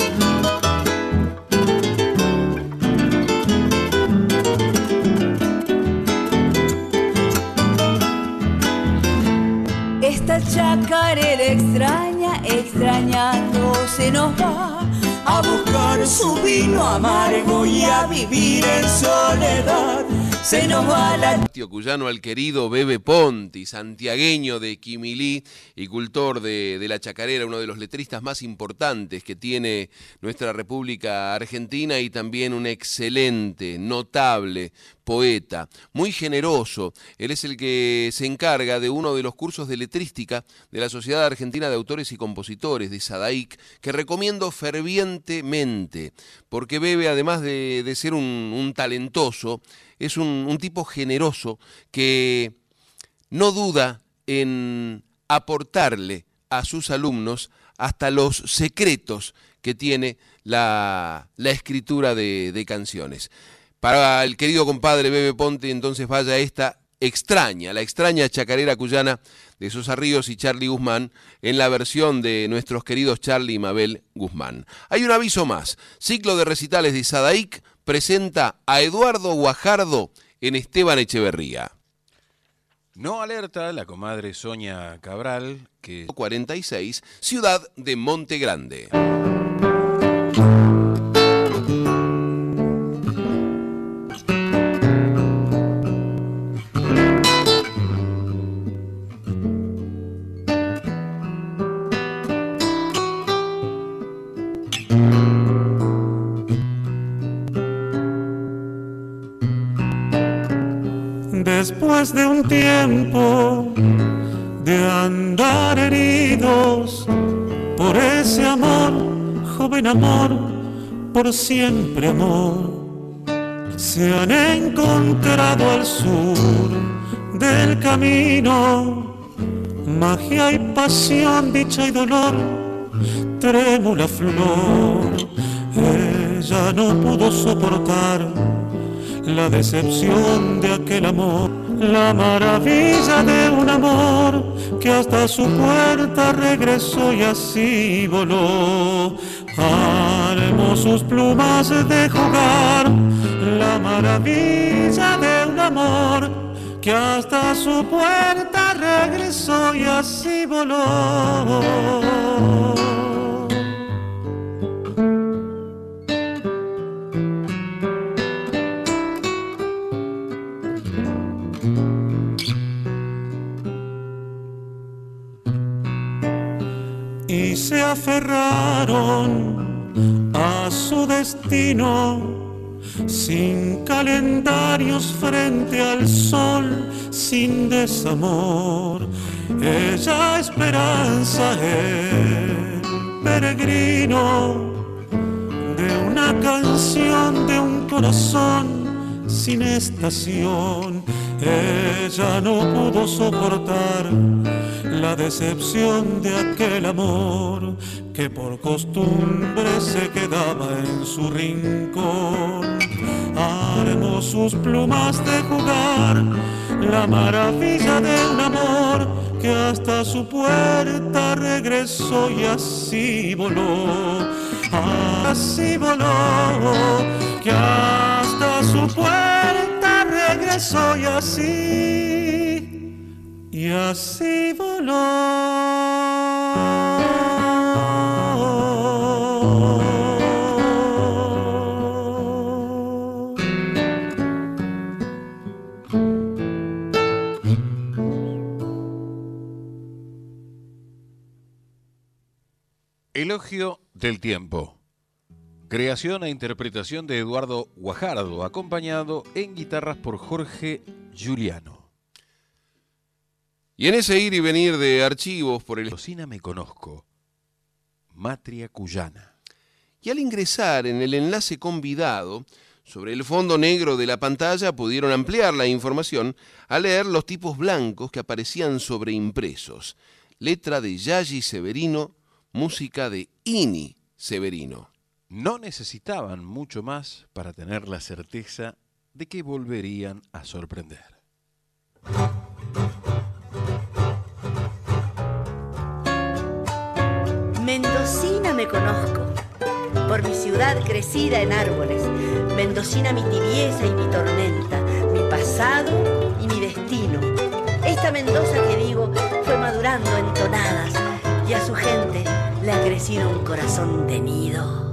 Esta chacarera extraña, extrañando se nos va a buscar su vino amargo y a vivir en soledad. Se nos va la... Cuyano al querido Bebe Ponti, santiagueño de Quimilí y cultor de, de la chacarera, uno de los letristas más importantes que tiene nuestra República Argentina y también un excelente, notable poeta, muy generoso. Él es el que se encarga de uno de los cursos de letrística de la Sociedad Argentina de Autores y Compositores, de SADAIC, que recomiendo fervientemente, porque Bebe, además de, de ser un, un talentoso, es un, un tipo generoso que no duda en aportarle a sus alumnos hasta los secretos que tiene la, la escritura de, de canciones. Para el querido compadre Bebe Ponti, entonces vaya esta extraña, la extraña chacarera cuyana de Sosa Ríos y Charly Guzmán, en la versión de nuestros queridos Charly y Mabel Guzmán. Hay un aviso más. Ciclo de recitales de SADAIC presenta a Eduardo Guajardo en Esteban Echeverría. No alerta la comadre Sonia Cabral, que... cuarenta y seis, ciudad de Monte Grande. Después de un tiempo de andar heridos por ese amor, joven amor, por siempre amor, se han encontrado al sur del camino magia y pasión, dicha y dolor, trémula flor. Ella no pudo soportar la decepción de aquel amor, la maravilla de un amor que hasta su puerta regresó y así voló. Armó sus plumas de jugar, la maravilla de un amor que hasta su puerta regresó y así voló. Y se aferraron a su destino sin calendarios frente al sol, sin desamor. Ella esperanza, el peregrino de una canción, de un corazón sin estación. Ella no pudo soportar la decepción de aquel amor que por costumbre se quedaba en su rincón. Armó sus plumas de jugar, la maravilla de un amor que hasta su puerta regresó y así voló. Así voló, que hasta su puerta regresó y así, y así voló. Elogio del tiempo. Creación e interpretación de Eduardo Guajardo, acompañado en guitarras por Jorge Giuliano. Y en ese ir y venir de archivos por el... Cocina me conozco, Matria Cuyana. Y al ingresar en el enlace convidado, sobre el fondo negro de la pantalla pudieron ampliar la información al leer los tipos blancos que aparecían sobreimpresos. Letra de Yagi Severino, música de Ini Severino. No necesitaban mucho más para tener la certeza de que volverían a sorprender. Mendocina me conozco, por mi ciudad crecida en árboles. Mendocina mi tibieza y mi tormenta, mi pasado y mi destino. Esta Mendoza que digo fue madurando en tonadas y a su gente le ha crecido un corazón de nido.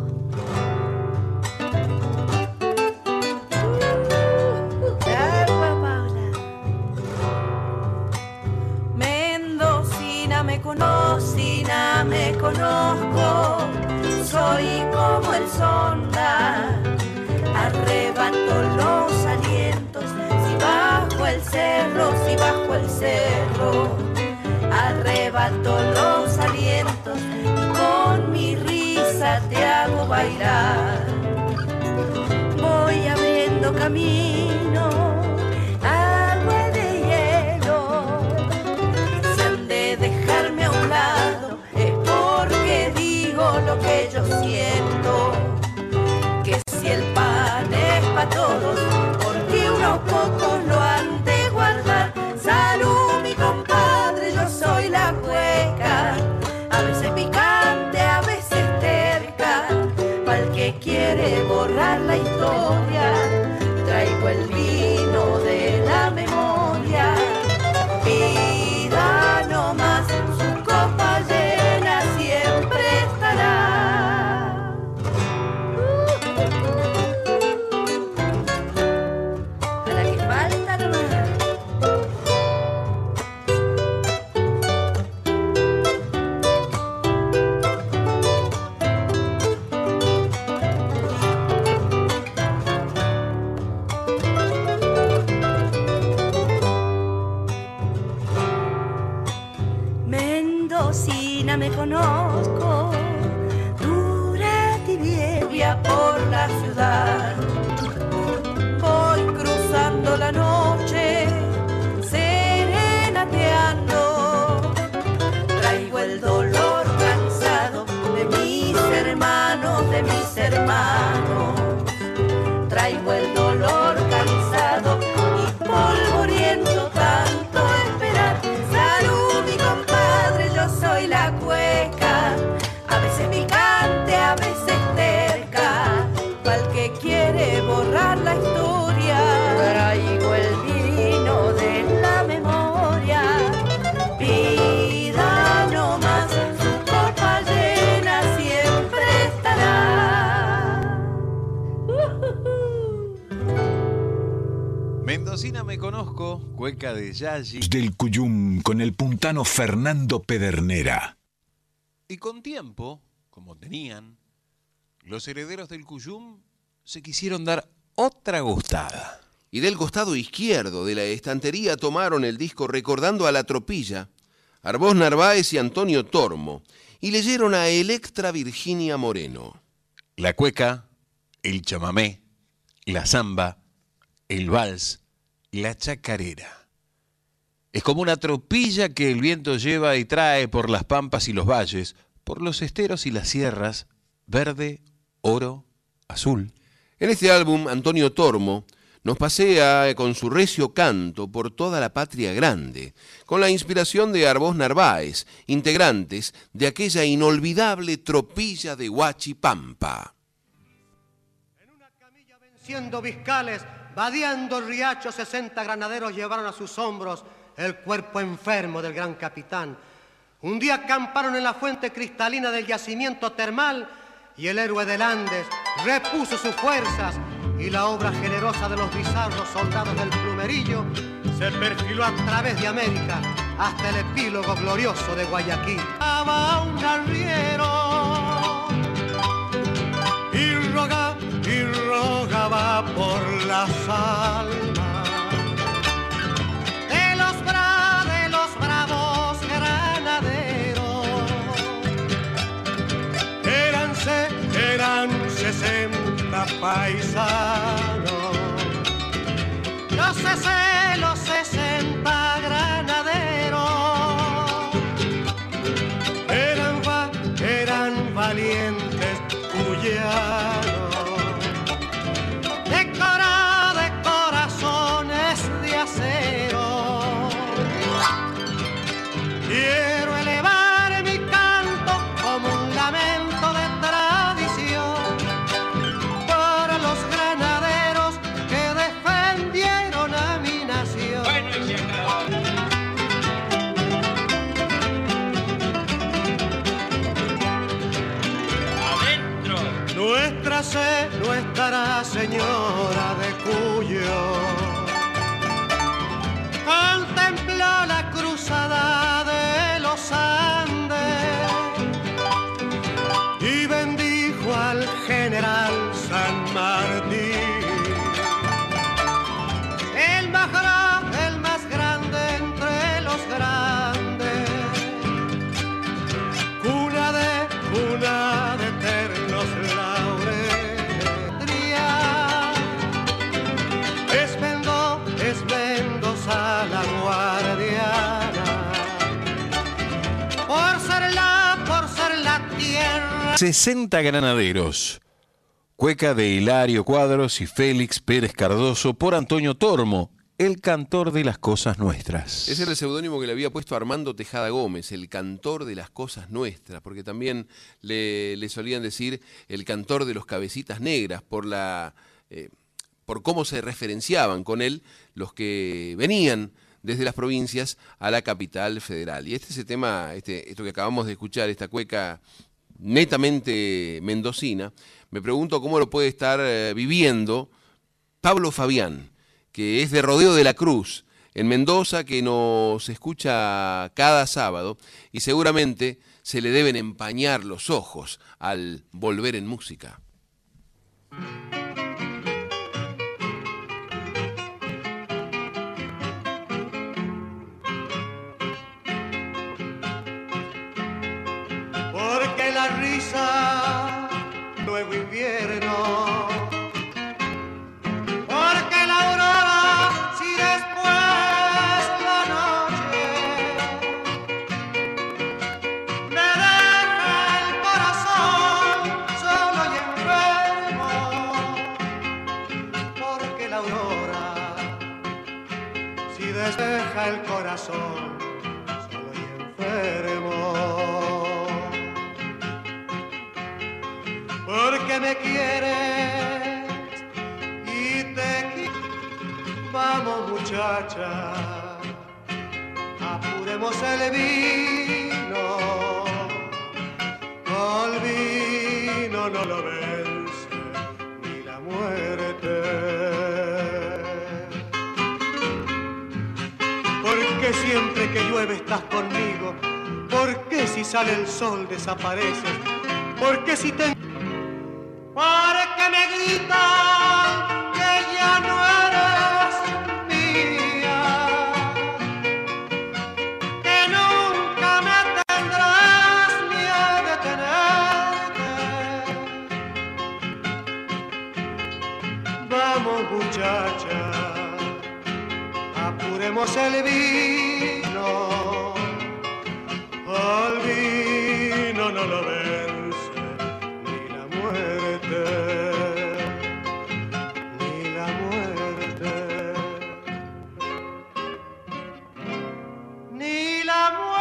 Mendocina me conocina, me conozco, soy como el sonda, arrebato los alientos, si bajo el cerro, si bajo el cerro, arrebato los alientos y con mi risa te hago bailar. Voy abriendo camino, agua de hielo, si han de dejarme a un lado es porque digo lo que yo siento, que si el pan es para todos, porque unos pocos lo han de guardar. Salud mi compadre, yo soy la cueca, a veces picante, a veces terca, pa'l que quiere borrar la historia, traigo el vino de la memoria. Pida nomás, su copa llena siempre estará. A la que falta nomás. Mendocina me conozco, dura tibia por la ciudad. Voy cruzando la noche, serenateando. Traigo el dolor cansado de mis hermanos, de mis hermanos. Traigo el dolor cansado y polvoriento tanto esperar. Salud mi compadre, yo soy la cueca, a veces picante, a veces terca, pa'l que quiere borrar la historia, traigo el vino de la memoria. Pida nomás, su copa llena siempre estará. Mendocina me conozco, cueca de Yayi. Del Cuyum con el puntano Fernando Pedernera. Y con tiempo, como tenían, los herederos del Cuyum se quisieron dar otra gustada. Y del costado izquierdo de la estantería tomaron el disco Recordando a la Tropilla, Arbós Narváez y Antonio Tormo, y leyeron a Electra Virginia Moreno. La cueca, el chamamé, la zamba, el vals, la chacarera. Es como una tropilla que el viento lleva y trae por las pampas y los valles, por los esteros y las sierras, verde, oro, azul. En este álbum, Antonio Tormo nos pasea con su recio canto por toda la patria grande, con la inspiración de Arbós Narváez, integrantes de aquella inolvidable tropilla de Huachipampa. Siendo Vizcales, vadeando el riacho, sesenta granaderos llevaron a sus hombros el cuerpo enfermo del gran capitán. Un día acamparon en la fuente cristalina del yacimiento termal y el héroe del Andes repuso sus fuerzas y la obra generosa de los bizarros soldados del Plumerillo se perfiló a través de América hasta el epílogo glorioso de Guayaquil. Amaba un arriero y rogaba y rogaba por las almas de los, bra, de los bravos granaderos. Éranse, eran sesenta paisanos, los, sese, los sesenta granaderos. Eran, va, eran valientes cuyanos, quiero elevar mi canto como un lamento de tradición para los granaderos que defendieron a mi nación. Bueno, y se acabó. Adentro. Nuestra sed no estará, señora de Cuyo. Contempló la cruzada de los Andes y bendijo al general San Martín, el más, gra- el más grande entre los grandes, cuna de, cuna de eternos laureles. Es Mendoza, es Mendoza la guardiana, por ser la, por ser la tierra. sesenta granaderos. Cueca de Hilario Cuadros y Félix Pérez Cardoso por Antonio Tormo, el cantor de las cosas nuestras. Ese era el seudónimo que le había puesto Armando Tejada Gómez, el cantor de las cosas nuestras, porque también le, le solían decir el cantor de los cabecitas negras, por la eh, por cómo se referenciaban con él los que venían desde las provincias a la capital federal. Y este es el tema, este, esto que acabamos de escuchar, esta cueca netamente mendocina, me pregunto cómo lo puede estar eh, viviendo Pablo Fabián, que es de Rodeo de la Cruz, en Mendoza, que nos escucha cada sábado y seguramente se le deben empañar los ojos al volver en música. Porque la risa, nuevo invierno, porque la aurora, si después la noche me deja el corazón solo y enfermo, porque la aurora, si despeja el corazón solo y enfermo. Porque me quieres y te quiero. Vamos muchacha, apuremos el vino, el vino no lo vence ni la muerte. qué siempre que llueve estás conmigo? ¿Por qué si sale el sol desapareces? ¿Por qué si te... ¿Para qué me gritan que ya no eres mía? Que nunca me tendrás ni he de tenerte. Vamos muchacha, apuremos el vino. Al vino no lo vence ni la muerte, ni la muerte, ni la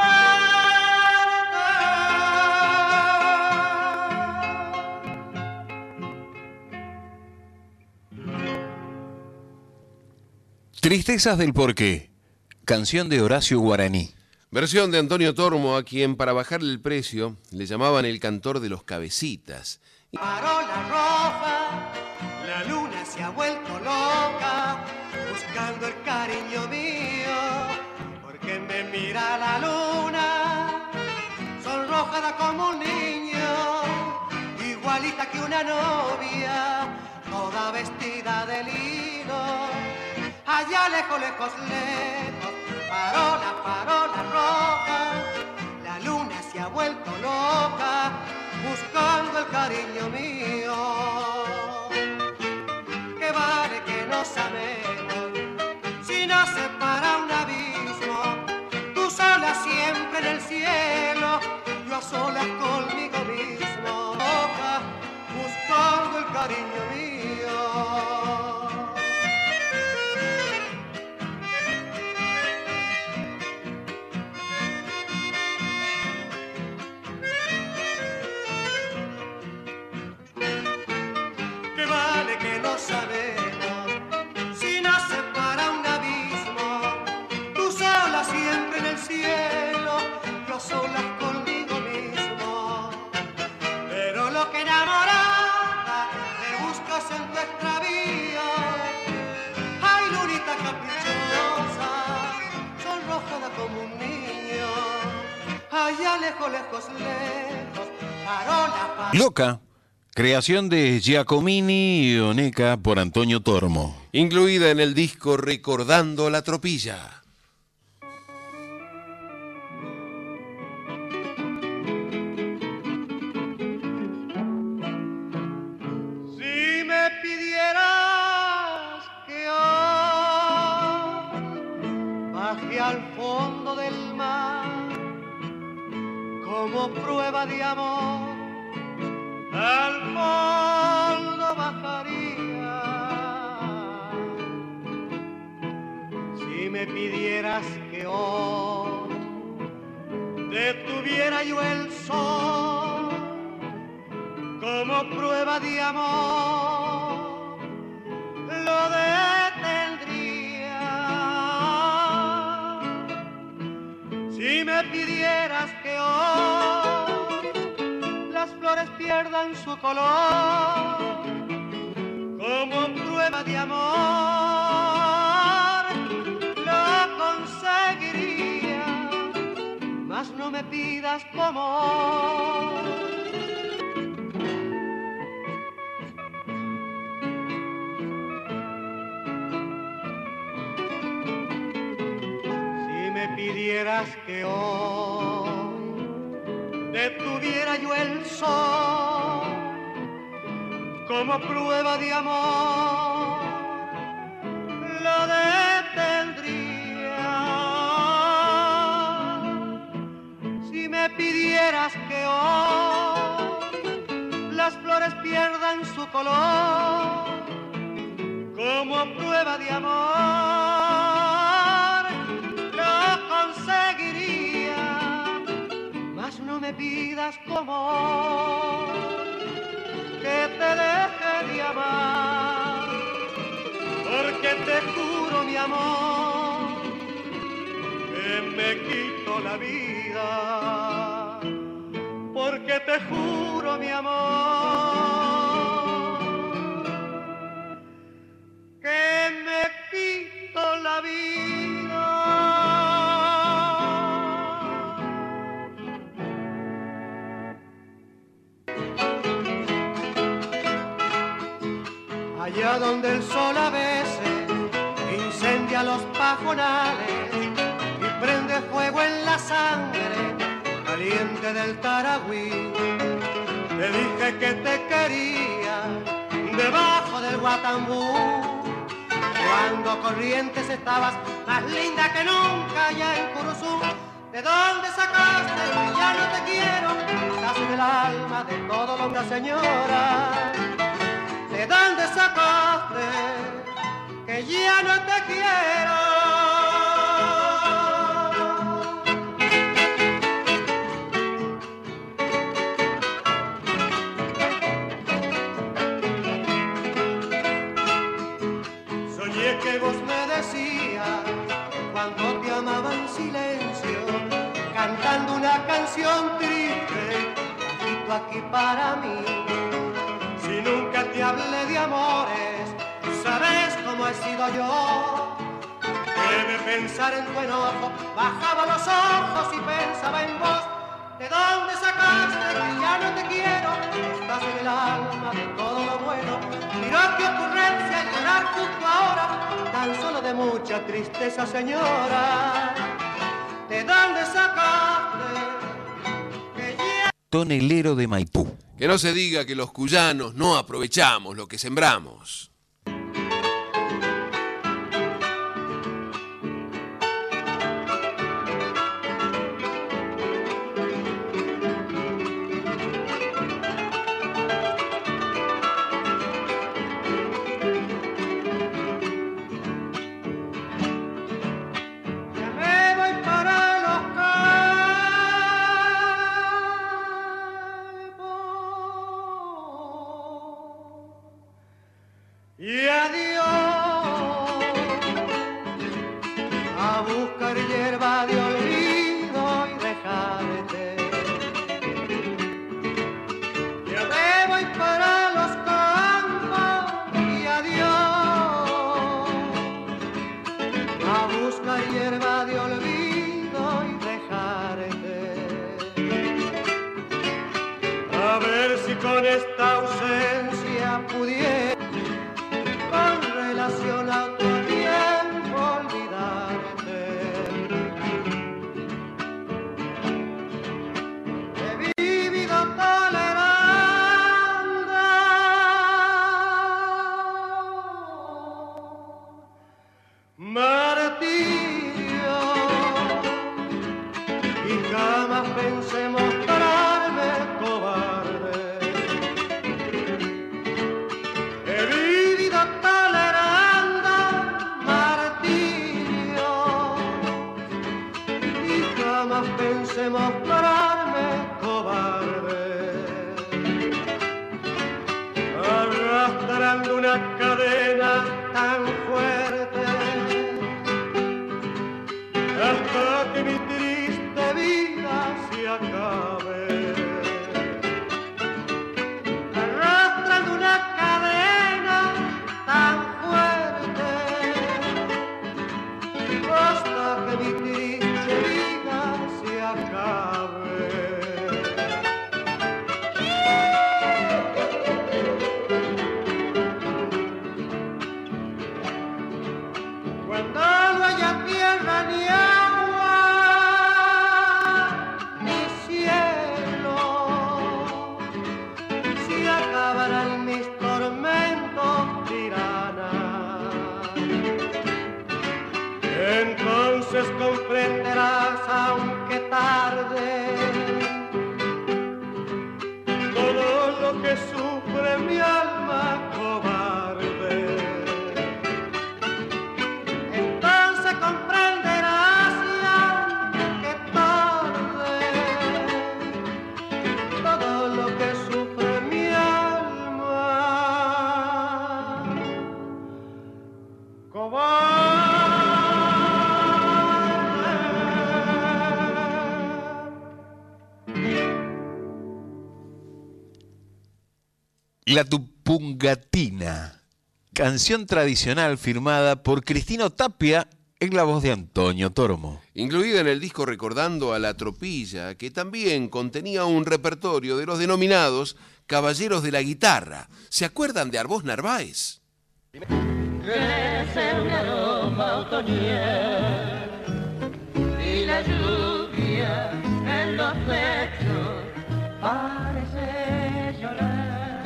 muerte. Tristezas del porqué. Canción de Horacio Guaraní. Versión de Antonio Tormo, a quien para bajarle el precio le llamaban el cantor de los cabecitas. Paró la roja, la luna se ha vuelto loca, buscando el cariño mío, porque me mira la luna, sonrojada como un niño, igualita que una novia, toda vestida de lino, allá lejos, lejos, lejos. Parola, parola roja, la luna se ha vuelto loca, buscando el cariño mío. Que vale que no sabemos, si nos separa un abismo, tú sola siempre en el cielo, yo a solas conmigo mismo, loca, buscando el cariño mío. Sabemos, si nos separa un abismo, tú sola siempre en el cielo, yo sola conmigo mismo. Pero lo que enamorada me buscas en tu extravío, ay lunita caprichosa, sonrojada como un niño, allá lejos, lejos, lejos, parola, parola. Loca. Creación de Giacomini y Oneca por Antonio Tormo. Incluida en el disco Recordando la Tropilla. Si me pidieras que hoy baje al fondo del mar como prueba de amor, al fondo bajaría. Si me pidieras que hoy detuviera yo el sol como prueba de amor, lo detendría. Si me pidieras que hoy las flores pierdan su color como prueba de amor, lo conseguiría, mas no me pidas como si me pidieras que hoy detuviera yo el sol como prueba de amor, lo detendría. Si me pidieras que hoy las flores pierdan su color como prueba de amor, lo conseguiría, mas no me pidas como que te deje de amar, porque te juro mi amor que me quito la vida, porque te juro mi amor que me quito la vida. allá donde el sol a veces incendia los pajonales y prende fuego en la sangre caliente del Taragüí. Te dije que te quería debajo del Guatambú, cuando Corrientes estabas más linda que nunca allá en Curuzú. ¿De dónde sacaste que ya no te quiero? Estás en el alma de todo lo que señora. ¿De dónde sacaste que ya no te quiero? Soñé que vos me decías cuando te amaba en silencio, cantando una canción triste, bajito aquí para mí. Si nunca te hablé de amores, sabes cómo he sido yo. Que de pensar en tu enojo, bajaba los ojos y pensaba en vos. ¿De dónde sacaste que ya no te quiero? Estás en el alma de todo lo bueno. Mirá qué ocurrencia el llorar justo ahora, tan solo de mucha tristeza, señora. ¿De dónde sacaste que ya... Tonelero de Maipú. Que no se diga que los cuyanos no aprovechamos lo que sembramos. Y adiós, a buscar hierba de olvido y dejarte. Ya me voy para los campos y adiós, a buscar hierba de olvido y dejarte. A ver si con esta ausencia pudiera a tu tiempo olvidarte. He vivido tolerando martirio y jamás pensé mostrarme cobarde. He vivido tolerando pensé mostrarme cobarde, arrastrando una cadena tan fuerte hasta que mi triste vida se acabe, arrastrando una cadena tan fuerte hasta que mi triste vida se acabe. Cuando no haya tierra ni agua ni cielo, se acabarán mis tormentos tiranas. Entonces comprenderás, aunque tarde, todo lo que sufre mi alma cobarde. Entonces comprenderás, aunque tarde, todo lo que sufre mi alma cobarde. La Tupungatina, canción tradicional firmada por Cristino Tapia en la voz de Antonio Tormo. Incluida en el disco Recordando a la Tropilla, que también contenía un repertorio de los denominados Caballeros de la Guitarra. ¿Se acuerdan de Arbós Narváez? Crece un aroma otoñal y la lluvia en los techos parece llorar.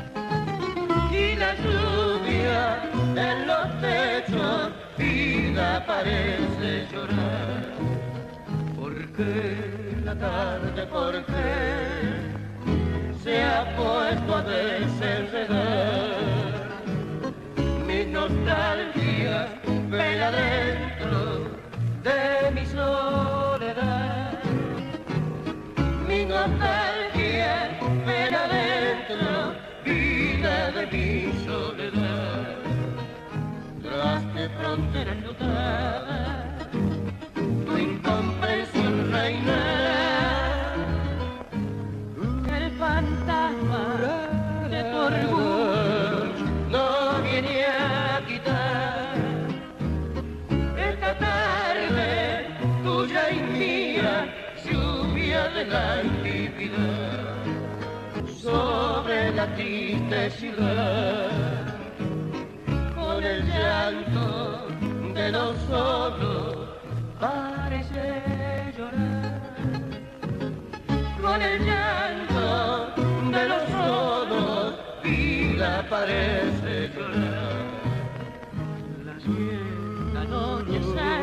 Y la lluvia en los techos vida parece llorar. ¿Por qué la tarde, por qué se ha puesto a desenredar? Mi nostalgia ven adentro de mi soledad. Mi nostalgia ven adentro, vida de mi soledad. Tras de frontera enlutada, tu incomprensión reinará. El fantasma de tu orgullo no viene a quitar esta tarde tuya y mía, lluvia de la intimidad sobre la triste ciudad, con el llanto de los solos parece llorar, con el llanto de los solos vida parece llorar. Las la noche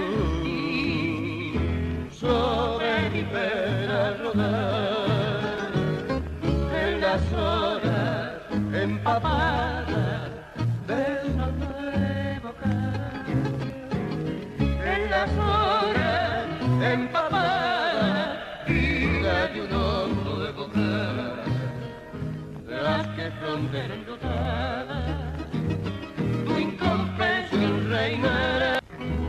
sentí sobre mi pena rodar, en las horas empapadas de una nueva cara, en las horas empapadas vida de un hondo de boca, las que frontera enlutada, tu incomprensión reinará.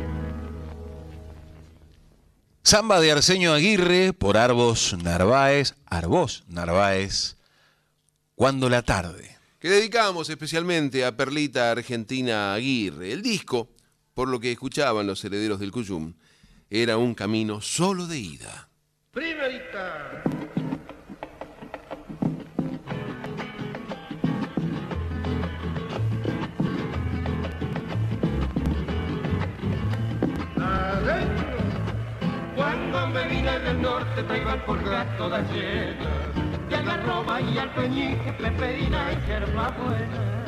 Samba de Arsenio Aguirre por Arbós Narváez, Arbós Narváez, Cuando la tarde. Que dedicamos especialmente a Perlita Argentina Aguirre. El disco, por lo que escuchaban los herederos del Cuyum, era un camino solo de ida. Primerita. Cuando me vine del norte traía el pulgar toda llena de algarroba y alpeñique, peperina y hierba buena.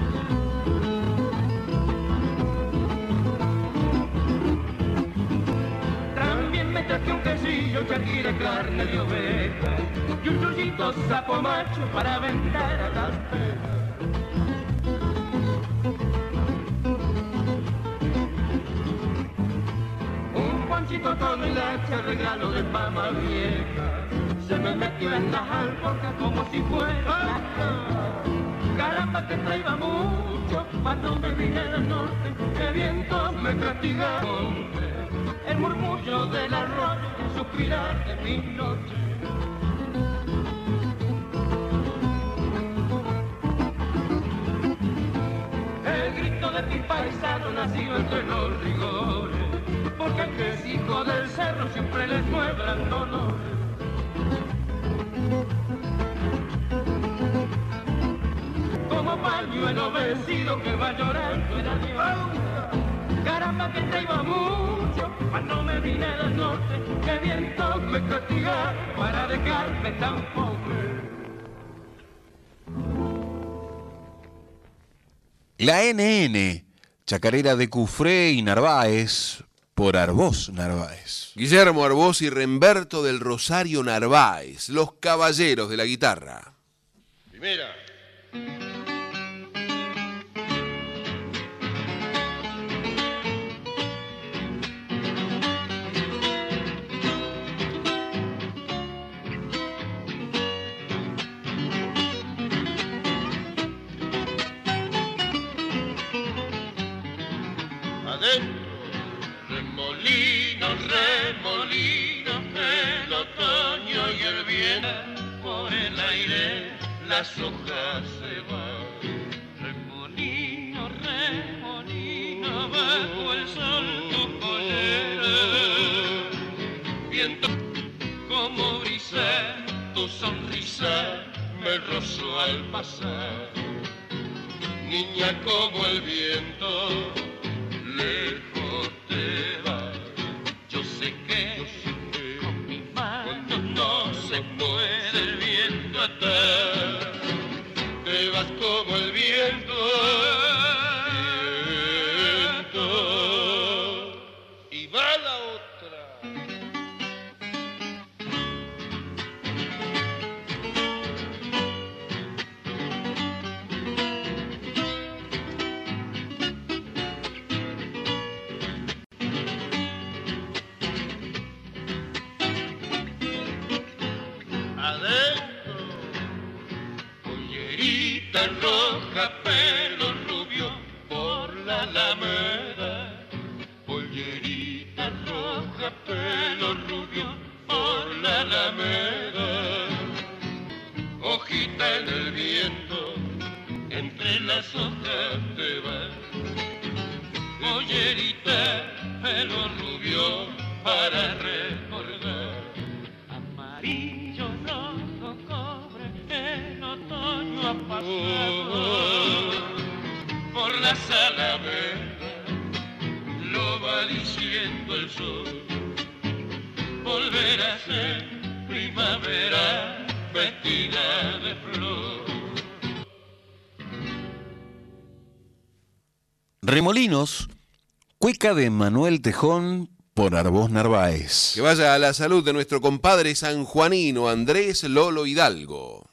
También me traje un quesillo, charqui de carne de oveja y un chuchito sapo macho para aventar a las penas. Panchito con el hacha, regalo de fama vieja, se me metió en las alforjas como si fuera caramba que traía mucho, cuando me vine del norte, que viento me castigaba, el murmullo del arroyo, el suspirar de mi noche. El grito de mi paisano nacido entre los rigores, porque el que es hijo del cerro siempre les muestran dolor. Como pañuelo vencido que va llorando el adiós. Caramba que traía mucho cuando me vine del norte, que viento me castiga para dejarme tan pobre. La N N, chacarera de Cufré y Narváez, por Arbós Narváez. Guillermo Arbós y Remberto del Rosario Narváez, los caballeros de la guitarra. Primera. Adentro. Remolinos, remolinos, el otoño y el viento, por el aire las hojas se van. Remolino, remolino, bajo el sol tu pollera, viento como brisa, tu sonrisa me rozó al pasar. niña como el viento, lejos te vas. Yo sé que, Yo sé que con mi mano no se puede el viento atar. Te vas como el viento, viento, y va la otra. Roja, pelo rubio por la alameda. Pollerita roja, pelo rubio por la alameda. Hojita en el viento, entre las hojas te vas. Pollerita, pelo rubio para recordar. Amarillo, rojo, cobre, en otoño ha pasado por la alameda, lo va diciendo el sol. Volverá a ser primavera vestida de flor. Remolinos, cueca de Manuel Tejón por Arbós Narváez. Que vaya a la salud de nuestro compadre sanjuanino Andrés Lolo Hidalgo.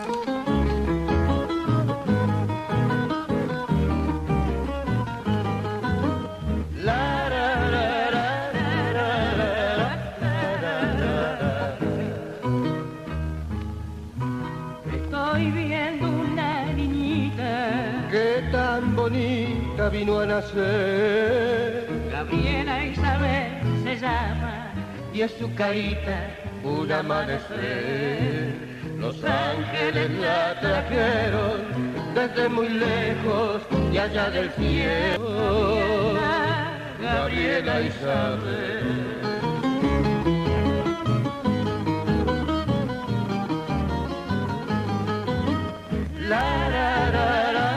Estoy viendo una niñita que tan bonita vino a nacer. Gabriela Isabel se llama Y es su carita un amanecer. Los ángeles la trajeron desde muy lejos y allá del cielo. Gabriela Isabel. La, la, la, la.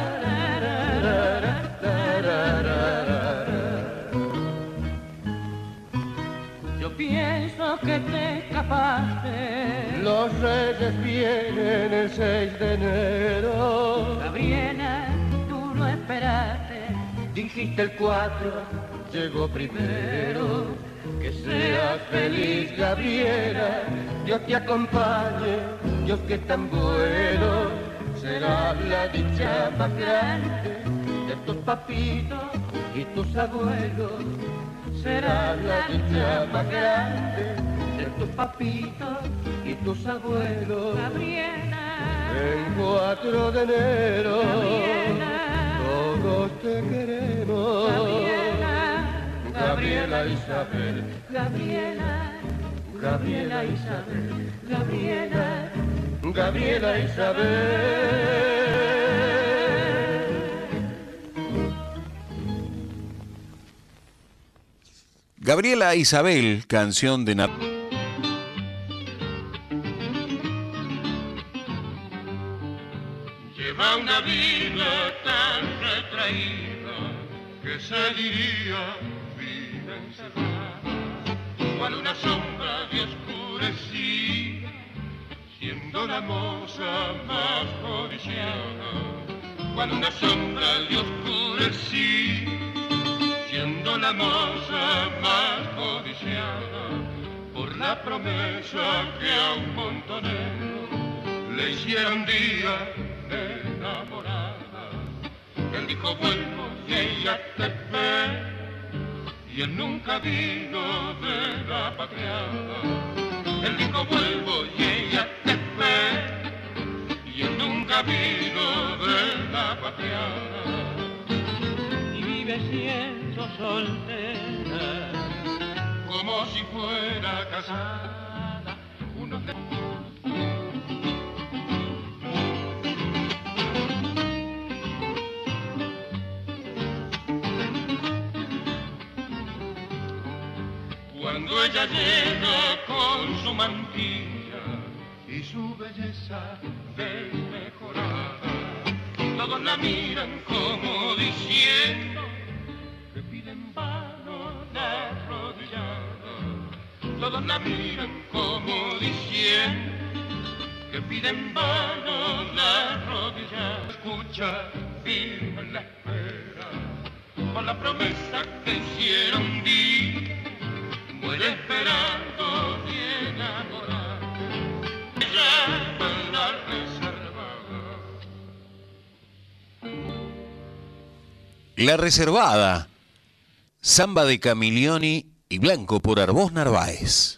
Pienso que te escapaste. Los reyes vienen el seis de enero. Gabriela, tú no esperaste. Dijiste el cuatro, llegó primero. Que seas feliz, Gabriela. Dios te acompañe, Dios que es tan bueno. Será la dicha más grande de tus papitos y tus abuelos. Será la dicha más grande de tus papitos y tus abuelos. Gabriela, en cuatro de enero, Gabriela, todos te queremos. Gabriela, Gabriela Isabel, Gabriela, Gabriela Isabel, Gabriela, Gabriela Isabel. Gabriela Isabel, canción de Nat. Lleva una vida tan retraída que se diría vida encerrada, cual una sombra de oscurecida, siendo la moza más codiciada, cual una sombra de oscurecida, siendo la moza más codiciada, por la promesa que a un montonero le hicieron día de enamorada. Él dijo vuelvo y ella te ve, y él nunca vino de la patriada. Él dijo vuelvo y ella te ve, y él nunca vino de la patriada. Y vive siendo soltera, como si fuera casada, uno de... Cuando ella llega con su mantilla y su belleza desmejorada, todos la miran como diciendo que piden vano la arrodillada. Todos la miran como diciendo que piden vano la rodilla. Escucha, firme la espera, con la promesa que hicieron un día. Muere esperando y enamorado, llaman la reservada. La Reservada, samba de Camilioni y Blanco por Arbós Narváez.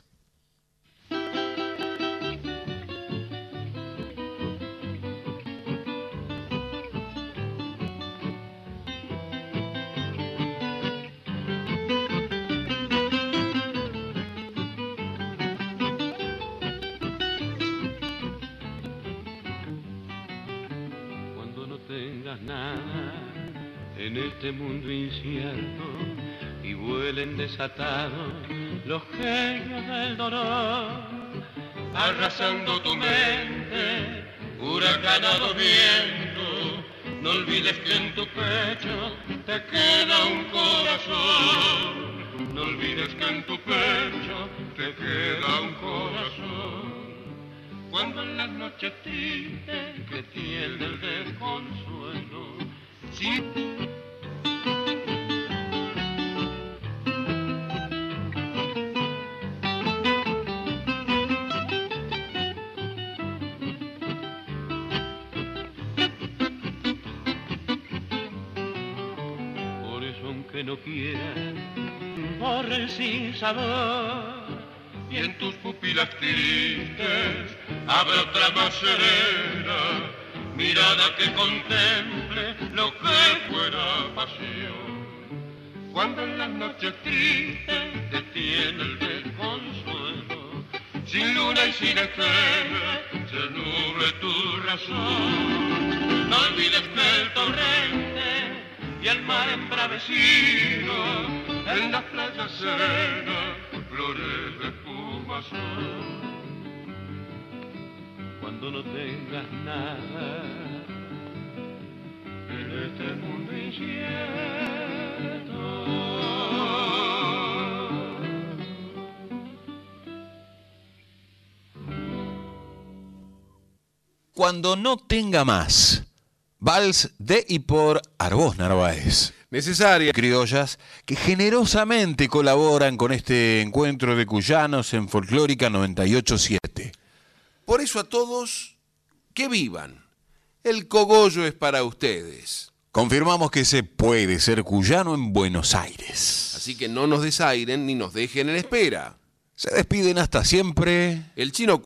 En este mundo incierto y vuelen desatados los genios del dolor, arrasando tu mente, huracanado viento. No olvides que en tu pecho te queda un corazón. No olvides que en tu pecho te queda un corazón. Cuando en las noches tristes que tiende el desconsuelo, sí. Por eso aunque no quieras, borren sin sabor. Y en tus pupilas tristes abre otra más serena, mirada que contemple lo que fuera pasión. Cuando en las noches tristes te tiene el desconsuelo, sin luna y sin estrella se nuble tu razón. No olvides que el torrente y el mar embravecido en las playas serenas flores de espumazón. Cuando no tengas nada en este mundo incierto, Cuando no tenga más, vals de y por Arbós Narváez. Necesarias criollas que generosamente colaboran con este encuentro de cuyanos en Folclórica noventa y ocho punto siete. Por eso a todos, que vivan. El cogollo es para ustedes. Confirmamos que se puede ser cuyano en Buenos Aires. Así que no nos desairen ni nos dejen en espera. Se despiden hasta siempre el Chino